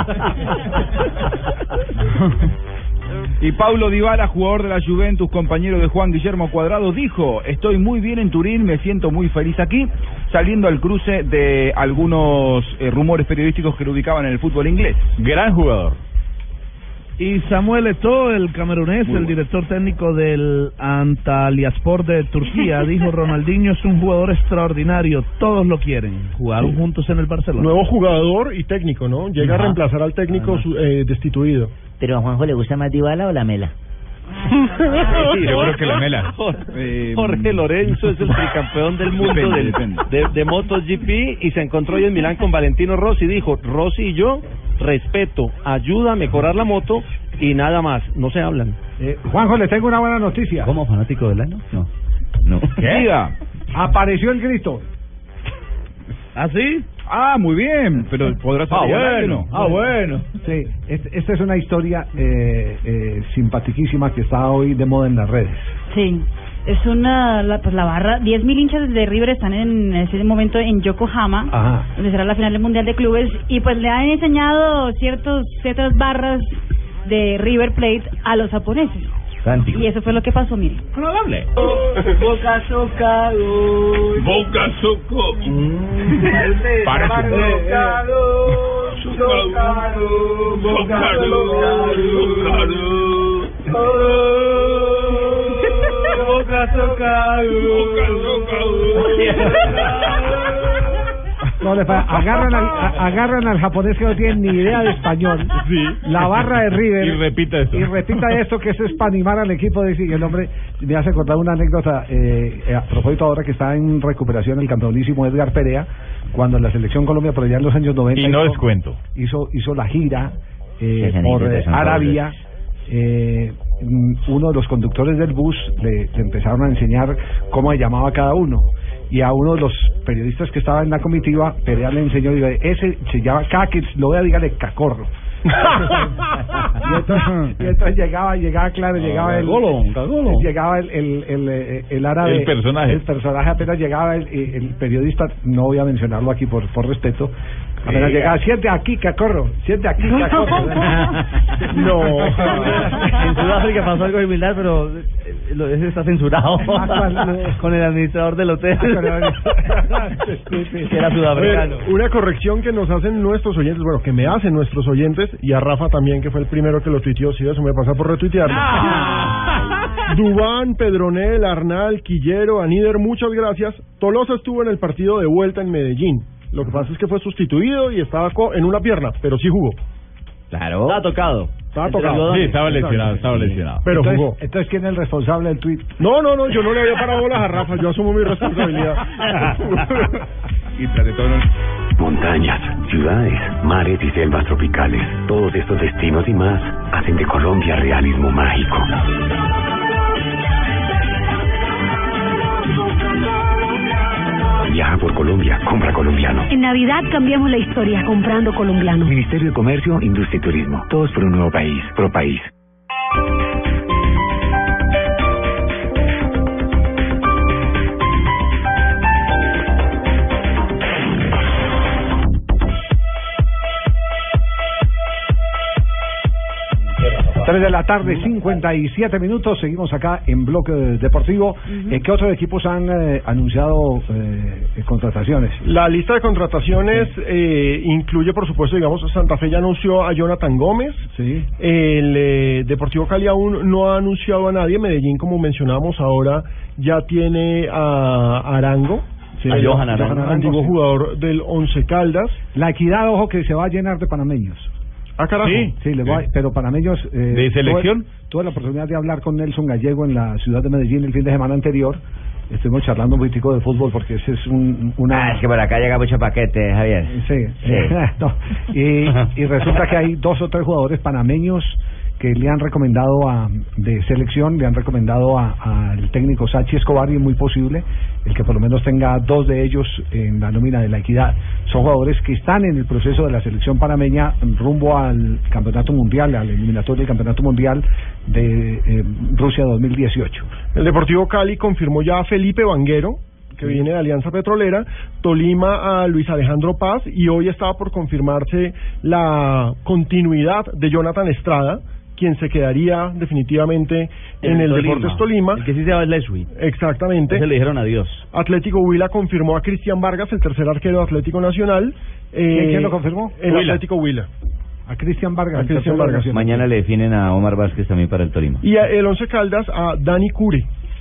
Y Paulo Dybala, jugador de la Juventus, compañero de Juan Guillermo Cuadrado, dijo: estoy muy bien en Turín, me siento muy feliz aquí, saliendo al cruce de algunos eh, rumores periodísticos que lo ubicaban en el fútbol inglés. Gran jugador. Y Samuel Eto'o, el camerunés, Muy el bueno. director técnico del Antalyaspor de Turquía, dijo: Ronaldinho es un jugador extraordinario, todos lo quieren. Jugaron Sí. juntos en el Barcelona. Nuevo jugador y técnico, ¿no? Llega Ajá. a reemplazar al técnico su- eh, destituido. ¿Pero a Juanjo le gusta más Dybala o la Mela? Sí, yo creo que la mela. Eh, Jorge Lorenzo es el tricampeón del mundo Depende, del- depende. de, de MotoGP y se encontró hoy en Milán con Valentino Rossi. Dijo: Rossi y yo respeto, ayuda a mejorar la moto y nada más, no se hablan. Eh, Juanjo, le tengo una buena noticia. ¿Cómo fanático del año? No. No. Diga, apareció el grito. ¿Ah, sí? Ah, muy bien, pero podrá Ah, salir al aire, bueno, ¿no? ah, bueno. Sí, es- esta es una historia eh, eh, simpaticísima que está hoy de moda en las redes. Sí. Es una, la, pues la barra, diez mil hinchas de River están en ese momento en Yokohama, Ajá. donde será la final del Mundial de Clubes, y pues le han enseñado ciertos ciertas barras de River Plate a los japoneses. Cántico. Y eso fue lo que pasó, mire. Agradable. Boca socado. Boca soco. Para Socado, socado, Boca socado. No, le fa- agarran, al, a- agarran al japonés que no tiene ni idea de español. Sí. La barra de River. Y repita eso. Y repita esto, que eso es para animar al equipo. De, y el hombre me hace acordar una anécdota eh, eh, a propósito ahora que está en recuperación el campeonísimo Edgar Perea, cuando la selección Colombia por allá en los años noventa Y no hizo, les cuento. hizo, hizo la gira eh, Esas por anécdotas eh, son Arabia. Eh, mm, uno de los conductores del bus le, le empezaron a enseñar cómo se llamaba cada uno, y a uno de los periodistas que estaba en la comitiva, Perea le enseñó, digo, ese se llama, cada que lo vea dígale Cacorro. y, entonces, y entonces llegaba, llegaba claro, llegaba el, Cagolo, cagolo. llegaba el el, el, el, el árabe, El personaje. el personaje apenas llegaba el, el periodista, no voy a mencionarlo aquí por, por respeto, apenas Diga. llegaba, siente aquí Cacorro, siente aquí Cacorro. No. En Sudáfrica pasó algo similar, pero eh, lo ese está censurado con el administrador del hotel, que era A ver, sudafricano. una corrección que nos hacen nuestros oyentes, bueno, que me hacen nuestros oyentes, y a Rafa también, que fue el primero que lo tuiteó, si eso me pasa por retuitearlo. Dubán, Pedronel, Arnal, Quillero, Aníder, muchas gracias. Tolosa estuvo en el partido de vuelta en Medellín. Lo que pasa es que fue sustituido y estaba co- en una pierna, pero sí jugó. Claro. Estaba tocado. Estaba tocado. Sí, estaba lesionado, estaba lesionado. Pero entonces, jugó. entonces, ¿quién es el responsable del tuit? No, no, no, yo no le había parado bolas a Rafa, yo asumo mi responsabilidad. Y tras de todo, Montañas, ciudades, mares y selvas tropicales. Todos estos destinos y más hacen de Colombia realismo mágico. Viaja por Colombia, compra colombiano. En Navidad cambiamos la historia comprando colombiano. Ministerio de Comercio, Industria y Turismo. Todos por un nuevo país. Pro país. Tres de la tarde, cincuenta y siete minutos. Seguimos acá en Bloque Deportivo. Eh, ¿Qué otros equipos han eh, anunciado eh, contrataciones? La lista de contrataciones eh, incluye, por supuesto, digamos, Santa Fe ya anunció a Jonathan Gómez. Sí. El eh, Deportivo Cali aún no ha anunciado a nadie. Medellín, como mencionamos ahora, ya tiene a Arango. Sí, a Johan Arango, antiguo sí. jugador del Once Caldas. La Equidad, ojo, que se va a llenar de panameños. Ah, carajo. Sí, sí, le voy, pero panameños... Eh, ¿De selección? Tuve, tuve la oportunidad de hablar con Nelson Gallego en la ciudad de Medellín el fin de semana anterior. Estuvimos charlando un poquitico de fútbol porque ese es un, una... Ah, es que por acá llega mucho paquete, Javier. Sí, Sí. no, y, y resulta que hay dos o tres jugadores panameños que le han recomendado a de selección, le han recomendado al técnico Sachi Escobar, y es muy posible el que por lo menos tenga dos de ellos en la nómina de La Equidad. Son jugadores que están en el proceso de la selección panameña rumbo al campeonato mundial, al eliminatorio del campeonato mundial de eh, Rusia dos mil dieciocho. El Deportivo Cali confirmó ya a Felipe Vanguero, que viene de Alianza Petrolera, Tolima a Luis Alejandro Paz, y hoy estaba por confirmarse la continuidad de Jonathan Estrada, quien se quedaría definitivamente en, en el Tolima. Deportes Tolima. El que sí se va es Leslie. Exactamente. Ese le dijeron adiós. Atlético Huila confirmó a Cristian Vargas, el tercer arquero de Atlético Nacional. Eh, ¿Quién lo confirmó? El Huila. Atlético Huila. A Cristian Vargas. A Cristian Vargas. Mañana le definen a Omar Vázquez también para el Tolima. Y a el Once Caldas a Dani Cure.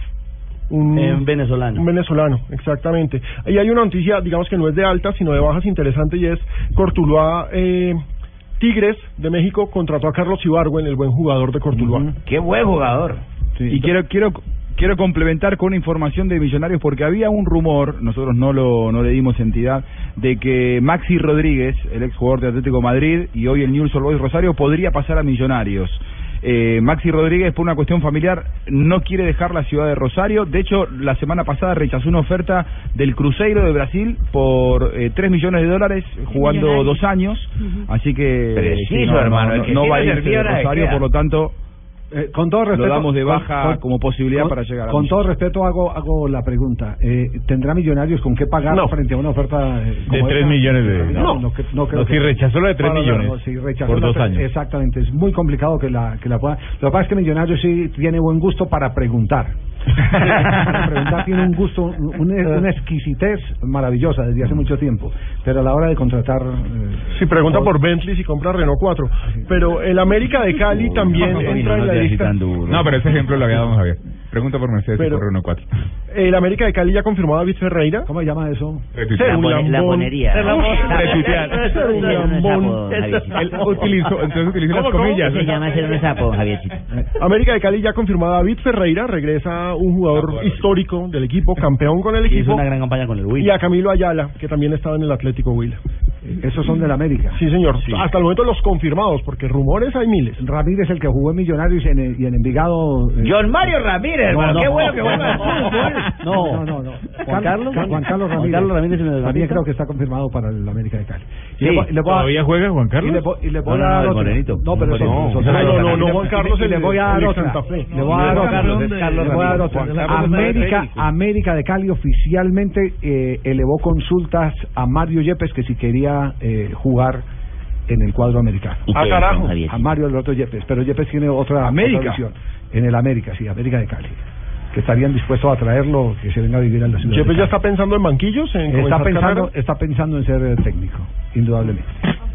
Un, un venezolano. Un venezolano, exactamente. Y hay una noticia, digamos que no es de altas, sino de bajas interesante, y es Cortuluá. Eh, Tigres de México contrató a Carlos Ibargüen, el buen jugador de Cortuluá. Uh-huh. Qué buen jugador. Sí, y quiero quiero quiero complementar con una información de Millonarios, porque había un rumor, nosotros no lo no le dimos entidad, de que Maxi Rodríguez, el ex jugador de Atlético Madrid y hoy el Newell's Old Boys Rosario, podría pasar a Millonarios. Eh, Maxi Rodríguez, por una cuestión familiar, no quiere dejar la ciudad de Rosario. De hecho, la semana pasada rechazó una oferta del Cruzeiro de Brasil por eh, tres millones de dólares, jugando Millonarios. dos años. Uh-huh. Así que preciso, sí, no, hermano, no, no, no va a irse de Rosario, por lo tanto... Eh, con todo respeto, lo damos de baja con, con, como posibilidad con, para llegar a con todo Millonarios. respeto hago hago la pregunta, eh, ¿tendrá Millonarios con qué pagar no. frente a una oferta eh, de tres millones de no, no, no, que, no, creo no que, si rechazó lo de tres millones no, si rechazó por dos tres, años exactamente, es muy complicado que la que la pueda. Lo que pasa es que Millonarios sí tiene buen gusto para preguntar. Para preguntar tiene un gusto, un, una exquisitez maravillosa desde hace mucho tiempo, pero a la hora de contratar eh, si pregunta por, por Bentley, si compra Renault cuatro, pero el América de Cali también no, entra en la lista. No, pero ese ejemplo lo había dado Javier. Pregunta por Mercedes pero, y por Renault cuatro. El América de Cali ya confirmó a David Ferreira. ¿Cómo se llama eso? La, bon la bonería. Retuitear. Utilizó, entonces utilizó las comillas. Se llama ser un sapo, Javiercito. América de Cali ya confirmó a David Ferreira, regresa un jugador histórico del equipo, campeón con el equipo. Hizo una gran campaña con el Huila. Y a Camilo Ayala, que también estaba en el Atlético Huila. Esos son del América. Sí, señor. Sí. Hasta el momento los confirmados, porque rumores hay miles. Ramírez, el que jugó en Millonarios y en, y en Envigado. Eh. John Mario Ramírez, no, hermano. No, qué bueno que juega al fútbol. No, no, no. Juan Carlos, Juan Carlos Ramírez. Juan Carlos Ramírez en el también creo que está confirmado para el América de Cali. Sí, le, le ¿todavía a, juega Juan Carlos? Y le, y le voy no, a dar no, otro. No, pero eso no. No, no, no, Juan Carlos le voy a dar otra. Le voy a dar otra. Le voy a dar otra. América, América de Cali oficialmente eh, elevó consultas a Mario Yepes, que si quería eh, jugar en el cuadro americano. Ah, carajo. A Mario el otro Yepes, pero Yepes tiene otra, América. otra visión. En el América, sí, América de Cali. Que estarían dispuestos a traerlo, que se venga a vivir en la ciudad. ¿Yepes ya está pensando en banquillos? En está pensando, está pensando en ser eh, técnico, indudablemente.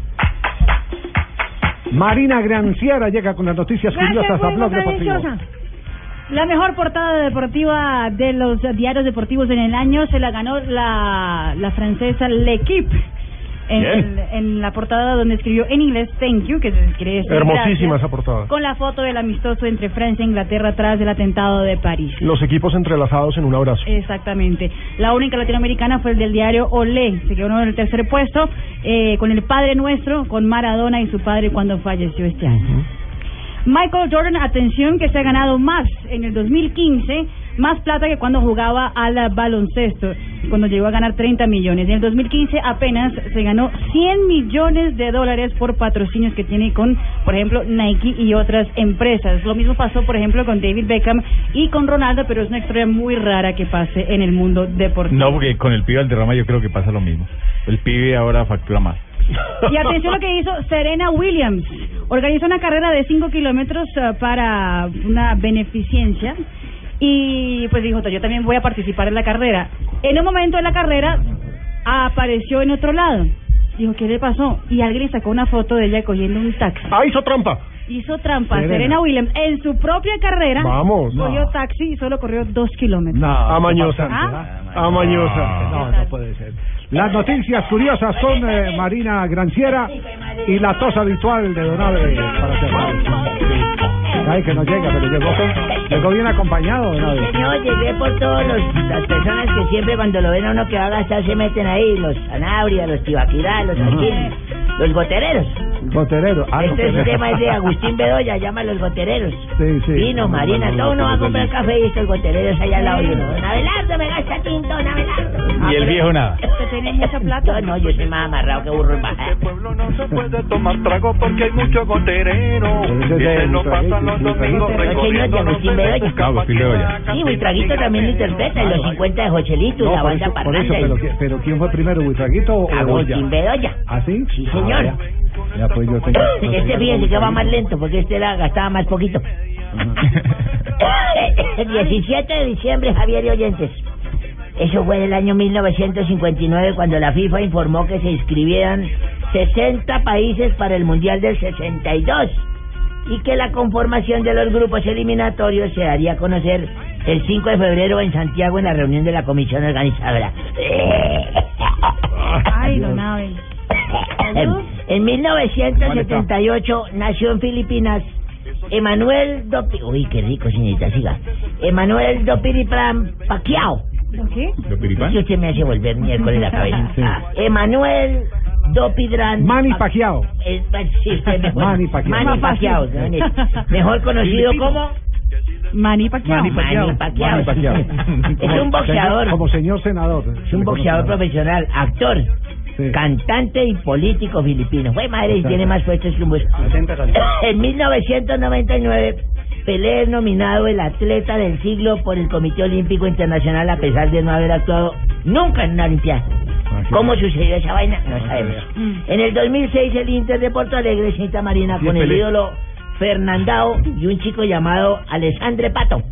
Marina Granciera llega con las noticias Gracias, curiosas a Blog Deportivo. La mejor portada deportiva de los diarios deportivos en el año se la ganó la, la francesa L'Équipe. En, el, en la portada donde escribió en inglés thank you, que quiere decir hermosísima gracias, esa portada, con la foto del amistoso entre Francia e Inglaterra tras el atentado de París. Los equipos entrelazados en un abrazo. Exactamente. La única latinoamericana fue el del diario Olé, se quedó en el tercer puesto eh, con el Padre Nuestro, con Maradona y su padre cuando falleció este año. Uh-huh. Michael Jordan, atención, que se ha ganado más en el dos mil quince, más plata que cuando jugaba al baloncesto, cuando llegó a ganar treinta millones. En el dos mil quince apenas se ganó cien millones de dólares por patrocinios que tiene con, por ejemplo, Nike y otras empresas. Lo mismo pasó, por ejemplo, con David Beckham y con Ronaldo, pero es una historia muy rara que pase en el mundo deportivo. No, porque con el pibe Valderrama yo creo que pasa lo mismo. El pibe ahora factura más. Y atención lo que hizo Serena Williams. Organizó una carrera de cinco kilómetros uh, para una beneficencia. Y pues dijo, yo también voy a participar en la carrera. En un momento de la carrera apareció en otro lado. Dijo, ¿qué le pasó? Y alguien sacó una foto de ella cogiendo un taxi. ¡Ah, hizo trampa! Hizo trampa. Serena, Serena Williams en su propia carrera. Vamos. Cogió no. taxi y solo corrió dos kilómetros. No, amañosa. ¿Ah? Amañosa. No, no puede ser. Las noticias curiosas son eh, Marina Granciera y la tos habitual de Don Abe para cerrar. Ay, que no llega, pero llegó, llegó bien acompañado, Don Abe. Señor, llegué por todas las personas que siempre cuando lo ven a uno que va a gastar se meten ahí, los Sanabria, los Tibaquirá, los Alquines, los gotereros. Goterero. Ah, este goterero. tema es de Agustín Bedoya, llama los gotereros. Sí, sí. Vino, Marina, todo uno va a comprar café y estos gotereros allá al lado de uno. Don Abelardo, me gasta tinto, don Abelardo. Y el viejo nada. ¿Usted tiene mucha plata? No, no, yo soy más amarrado que burro en bajada. No se puede tomar trago porque hay mucho goterero. Y se lo pasan los domingos recorriendo los Bedoya. Agustín Bedoya. Sí, Buitraguito también lo interpreta en los cincuenta de Jochelito, No, la por banda eso, por parranda. eso, pero, pero ¿quién fue primero, Buitraguito o Agustín Bedoya. ¿Ah, sí? Sí, señor. Ah, ya. Ya, pues yo tengo... Este fíjense que va más lento porque este la gastaba más poquito. diecisiete de diciembre, Javier y oyentes. Eso fue del año mil novecientos cincuenta y nueve cuando la FIFA informó que se inscribieran sesenta países para el Mundial del sesenta y dos y que la conformación de los grupos eliminatorios se daría a conocer el cinco de febrero en Santiago en la reunión de la comisión organizadora. Ay, don Abel. En mil novecientos setenta y ocho nació en Filipinas Emanuel Dopi... Uy, qué rico, señorita, siga. Emanuel Dopiripram Pacquiao. ¿Qué? Si usted me hace volver miércoles la cabeza. Sí. Emanuel Dopidran... Manny Pacquiao. Eh, sí, usted mejor. Manny Pacquiao. Manny Pacquiao. Mejor conocido como... Manny Pacquiao. Manny Pacquiao. Manny Pacquiao. Es un boxeador. Como señor senador. Es un boxeador profesional, actor, sí, cantante y político filipino. Fue madre y tiene más puestos que un bus. En mil novecientos noventa y nueve, Pelé es nominado el atleta del siglo por el Comité Olímpico Internacional a pesar de no haber actuado nunca en una Olimpiada. ¿Cómo sucedió esa vaina? No sabemos. En el dos mil seis, el Inter de Porto Alegre, señorita Marina, con el ídolo Fernandao y un chico llamado Alessandre Pato,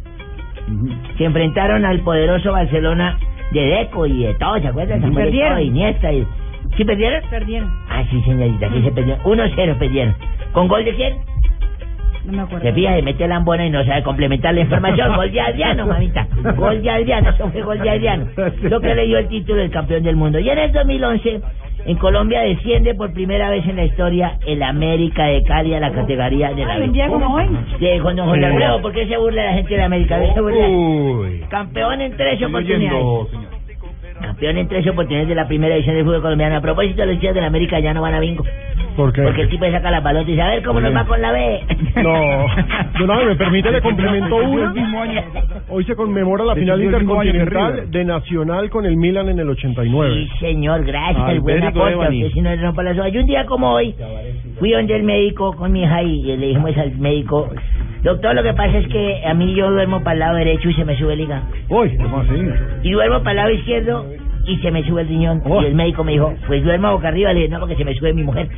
se enfrentaron al poderoso Barcelona de Deco y de todo, ¿se acuerdan? Y perdieron. De Iniesta y... ¿Sí perdieron? Perdieron. Ah, sí, señorita, sí se perdieron. uno cero perdieron. ¿Con gol de quién? No me acuerdo. Se fija, se mete lambona y no sabe complementar la información. Gol de Adriano, mamita. Gol de Adriano, eso fue gol de Adriano. Lo que le dio el título del campeón del mundo. Y en el dos mil once, en Colombia desciende por primera vez en la historia el América de Cali a la categoría de la... Ah, un día como hoy. Sí, con don José Alfredo, ¿por qué se burla la gente de América? ¿Qué se burla? Uy. Campeón en tres oportunidades. Campeón en tres oportunidades de la primera edición del fútbol colombiano. A propósito, los chicos de la América ya no van a bingo. ¿Por qué? Porque el tipo saca la pelota y dice, a ver cómo nos va con la B. No, no, no, me permite, le complemento una. Hoy se conmemora la final intercontinental de Nacional con el Milan en el ochenta y nueve. Sí, señor, gracias, el buen aporte. Usted si no le rompa las hojas. Y un día como hoy, fui donde el médico con mi hija y le dijimos al médico, doctor, lo que pasa es que a mí yo duermo para el lado derecho y se me sube el hígado. Uy, ¿cómo así? Y duermo para el lado izquierdo y se me sube el riñón. Oh. Y el médico me dijo, pues duerma boca arriba. Le dije, no, porque se me sube mi mujer.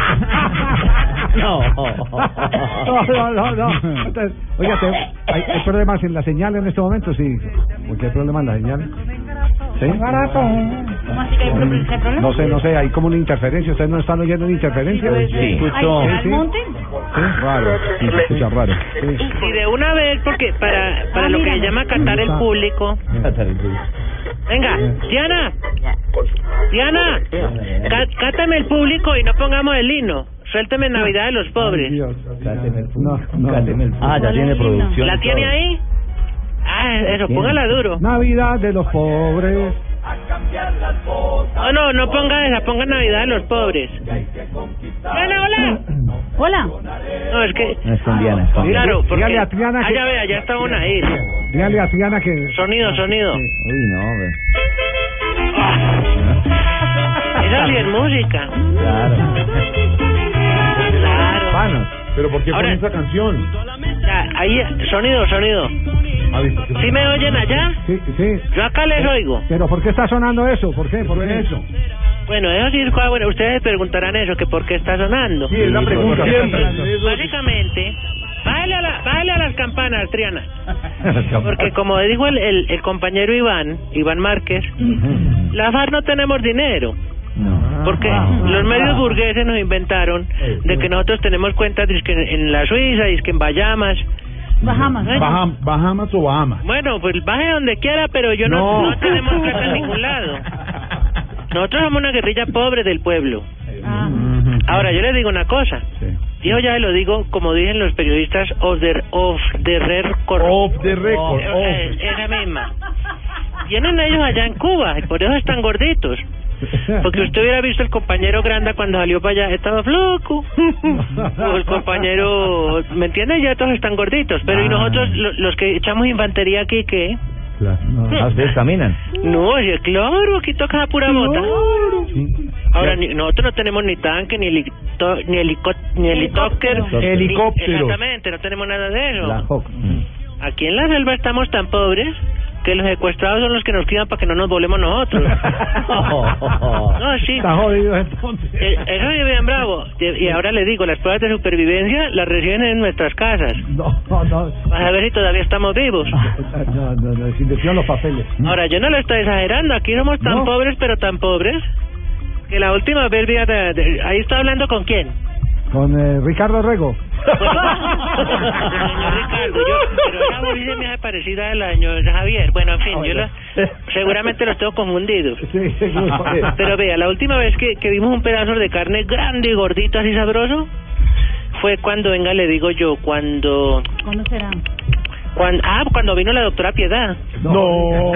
No. No, no, no. Entonces, oiga, ¿hay, ¿hay problemas en la señal en este momento? Sí. ¿Por qué hay problemas en la señal? ¿Sí? ¿Cómo así que hay problemas? No sé, no sé, hay como una interferencia. ¿Ustedes no están oyendo una interferencia? Sí. Escucho. ¿Al monte? Sí, raro. Sí, se escucha raro. Sí. Y de una vez, porque para para ah, lo que se llama cantar el público. Venga, Diana. Diana, cá, cátame el público y no pongamos el himno. Suélteme Navidad de los pobres. No, no. Ah, ya tiene producción. ¿La tiene ahí? Ah, eso, póngala duro. Navidad de los pobres. No, no, no ponga esa, ponga Navidad de los pobres. Diana, hola. Hola. No, es que... No es con Diana, es con Diana. Claro, porque... Dígale a Triana que... Ah, ya vea, ya está una ahí. Dígale a Triana que... Sonido, sonido. Uy, no, ve. Esa sí es música. Claro. Claro. Panos. ¿Pero por qué Ahora, ponen esa canción? Ya, ahí, sonido, sonido. ¿Sí me oyen allá? Sí, sí. Yo acá les oigo. ¿Pero por qué está sonando eso? ¿Por qué? ¿Por qué eso? Bueno, eso sí es bueno, ustedes preguntarán eso, que por qué está sonando. Sí, es la pregunta siempre. Básicamente, bájale a, la, bájale a las campanas, Triana. Porque como dijo el, el, el compañero Iván, Iván Márquez, la FARC no tenemos dinero. No. Porque los medios burgueses nos inventaron de que nosotros tenemos cuentas dizque en la Suiza, dizque en Bahamas. Bahamas. Baham, ¿Bahamas o Bahamas? Bueno, pues baje donde quiera, pero yo no, no. no tenemos plata en ningún lado. Nosotros somos una guerrilla pobre del pueblo. Ah. Ahora, yo les digo una cosa. Sí. Yo ya lo digo, como dicen los periodistas, off the, off the record. Off the record. Oh, esa misma. Tienen ellos allá en Cuba y por eso están gorditos. Porque usted hubiera visto el compañero Granda cuando salió para allá, estaba flaco. O el compañero, ¿me entiendes? Ya todos están gorditos. Pero ¿y nosotros, lo- los que echamos infantería aquí, qué? No, ¿ustedes caminan? No, oye, claro, aquí toca pura bota. Ahora, ni- nosotros no tenemos ni tanque, ni helito, ni, helico, ni helicóptero. ni- Helicóptero. Exactamente, no tenemos nada de eso. La Hawk. Aquí en la selva estamos tan pobres que los secuestrados son los que nos cuidan para que no nos volemos nosotros. No, sí. Está jodido entonces. Eh, Eso es bien bravo. Y y ahora le digo, las pruebas de supervivencia las reciben en nuestras casas. No, no, no. Vas a ver si todavía estamos vivos. No, no, no, sin decir los papeles. Ahora, yo no le estoy exagerando. Aquí somos tan No. pobres, pero tan pobres, que la última vez, fíjate, de- ahí está hablando con quién. Con eh, Ricardo Rego. Señor Ricardo, yo, pero esa voz sí me hace parecida a la señora Javier. Bueno, en fin, yo la, seguramente los tengo confundidos. Sí, seguro. Pero vea, la última vez que, que vimos un pedazo de carne grande y gordito, así sabroso, fue cuando, venga, le digo yo, cuando... ¿Cuándo será? cuando ah, cuando vino la doctora Piedad. No.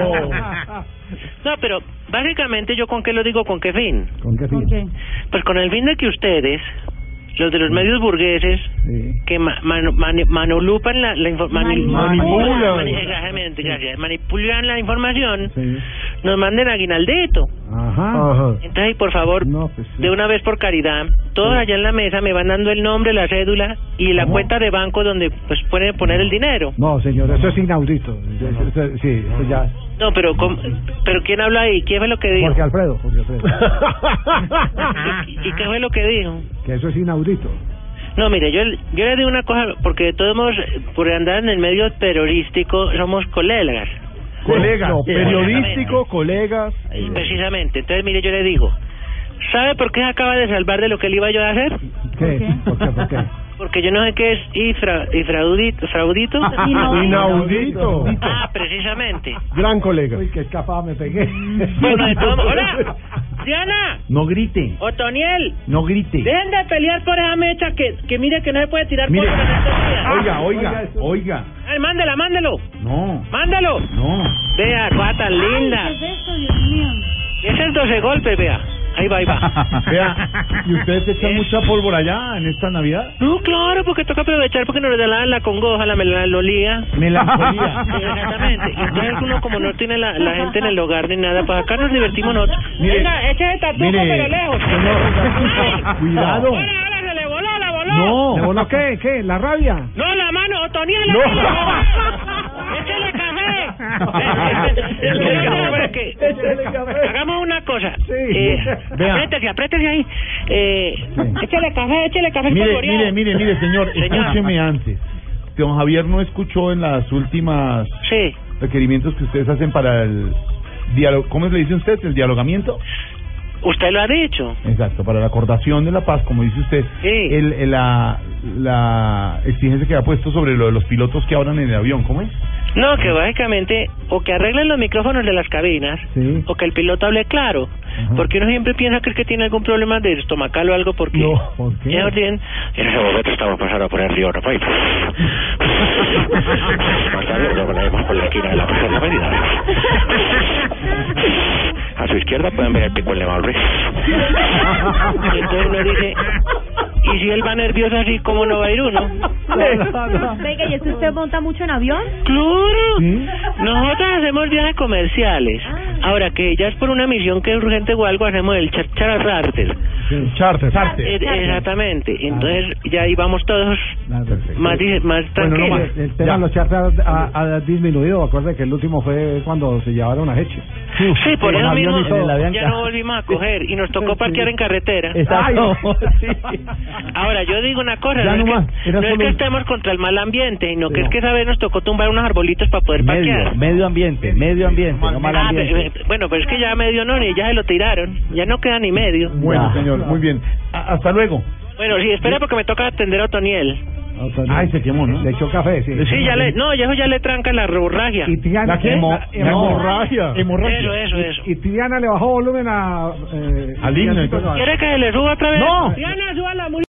No, pero básicamente yo con qué lo digo, con qué fin. ¿Con qué fin? ¿Por qué? Pues con el fin de que ustedes, los de los medios burgueses, que ma manu manu manulupan la, la información, Manipulan. mani exactamente, gracias, manipulan la información, Sí. nos manden aguinaldito. Ajá. Entonces, por favor, No, pues sí. de una vez por caridad, todos allá en la mesa me van dando el nombre, la cédula y la ¿Cómo? cuenta de banco donde pues pueden poner el dinero. No, señor, eso es inaudito. Eso- eso- sí, eso ya. No, pero ¿cómo? pero ¿quién habla ahí? ¿Quién fue lo que dijo? Jorge Alfredo, Jorge Alfredo. ¿Y, y qué fue lo que dijo? Que eso es inaudito. No, mire, yo, yo le digo una cosa, porque de todos modos, por andar en el medio periodístico, somos colegas. Colegas, No, periodístico, colegas. Precisamente. Entonces, mire, yo le digo, ¿sabe por qué se acaba de salvar de lo que le iba yo a hacer? ¿Qué? ¿Por qué? ¿Por qué? Porque yo no sé qué es infra, infraudito, fraudito. Inaudito. Ah, precisamente. Gran colega. Uy, qué escapada me pegué. Bueno, de todos modos- ¡Hola! ¡Diana! No grite, ¡Otoniel! no grite. Dejen de pelear por esa mecha que, que mire que no se puede tirar Mire. por en estos días. Oiga, oiga, oiga. Ay, mándela, mándelo. No, Mándalo. no. Vea, cosa tan linda. ¿Qué es esto, Dios mío? Esos doce golpes, vea. Ahí va, ahí va. Vea, ¿y ustedes echan mucha pólvora allá en esta Navidad? No, claro, porque toca aprovechar porque nos regalaban la congoja, la melancolía. Melancolía. Sí, exactamente. Y entonces uno como no tiene la, la gente en el hogar ni nada, pues acá nos divertimos nosotros. Mire, Venga, eche ese tatuco, mire, pero lejos. señor, cuidado. Hola, hola, se le voló, la voló. No. ¿Le voló qué? ¿Qué? ¿La rabia? No, la mano, Otoniel, la No. mano. Échale café. Para que- Hagamos una cosa. Eh, Vea. apriétese, apriétese ahí. Eh, échale café, échale café. Mire, espolvoreado. mire, mire, mire, señor, Señor. escúcheme antes. Don Javier no escuchó en las últimas Sí. requerimientos que ustedes hacen para el diálogo, ¿cómo le dice usted? ¿El dialogamiento? Usted lo ha dicho. Exacto, para la acordación de la paz, como dice usted. Sí. El, el- la, la exigencia que ha puesto sobre lo de los pilotos que hablan en el avión, ¿cómo es? No, que básicamente o que arreglen los micrófonos de las cabinas Sí. o que el piloto hable claro. Porque uno siempre piensa que es que tiene algún problema de estomacal o algo porque No, ¿por qué? ellos dicen, en ese momento estamos pasando por el río Rapay. Más tarde luego la vemos por la esquina de la tercera avenida. A su izquierda pueden ver el pico del Nevado Ruiz. Y entonces uno dice, ¿y si él va nervioso así, cómo no va a ir uno? Venga, ¿y es que usted monta mucho en avión? ¡Claro! Nosotros hacemos viajes comerciales. Ahora que ya es por una misión que es urgente o algo, hacemos el char charter. Charter. Eh, Exactamente. Entonces ya ahí vamos todos más, di- más Bueno, no tranquilos. más. El tema de los charters ha, ha disminuido. Acuérdate que el último fue cuando se llevaron a Heche. Sí, por Con eso avión mismo y todo. ya no volvimos a coger y nos tocó parquear en carretera. Exacto. Ahora, yo digo una cosa, Ya no, no es, más, que, era no es solo que un- estemos contra el mal ambiente, sino que No. es que esa vez nos tocó tumbar unos arbolitos para poder parquear. medio ambiente, medio ambiente, no mal Ah, ambiente. pe- pe- bueno, pero es que ya medio no, ni ya se lo tiraron, ya no queda ni medio. Bueno, señor, muy bien. A- hasta luego. Bueno, sí, espera porque me toca atender a Otoniel. Ay, se quemó, ¿no? Le echó café, sí. Sí, ya le, no, ya eso ya le tranca la hemorragia. Y Triana, ¿La qué? Hemo- La hemo- hemorragia. Hemorragia. Eso, eso, eso. Y Triana le bajó volumen a... Eh, Al himno y todo. ¿Quiere que le suba otra vez? No. Diana, suba la música.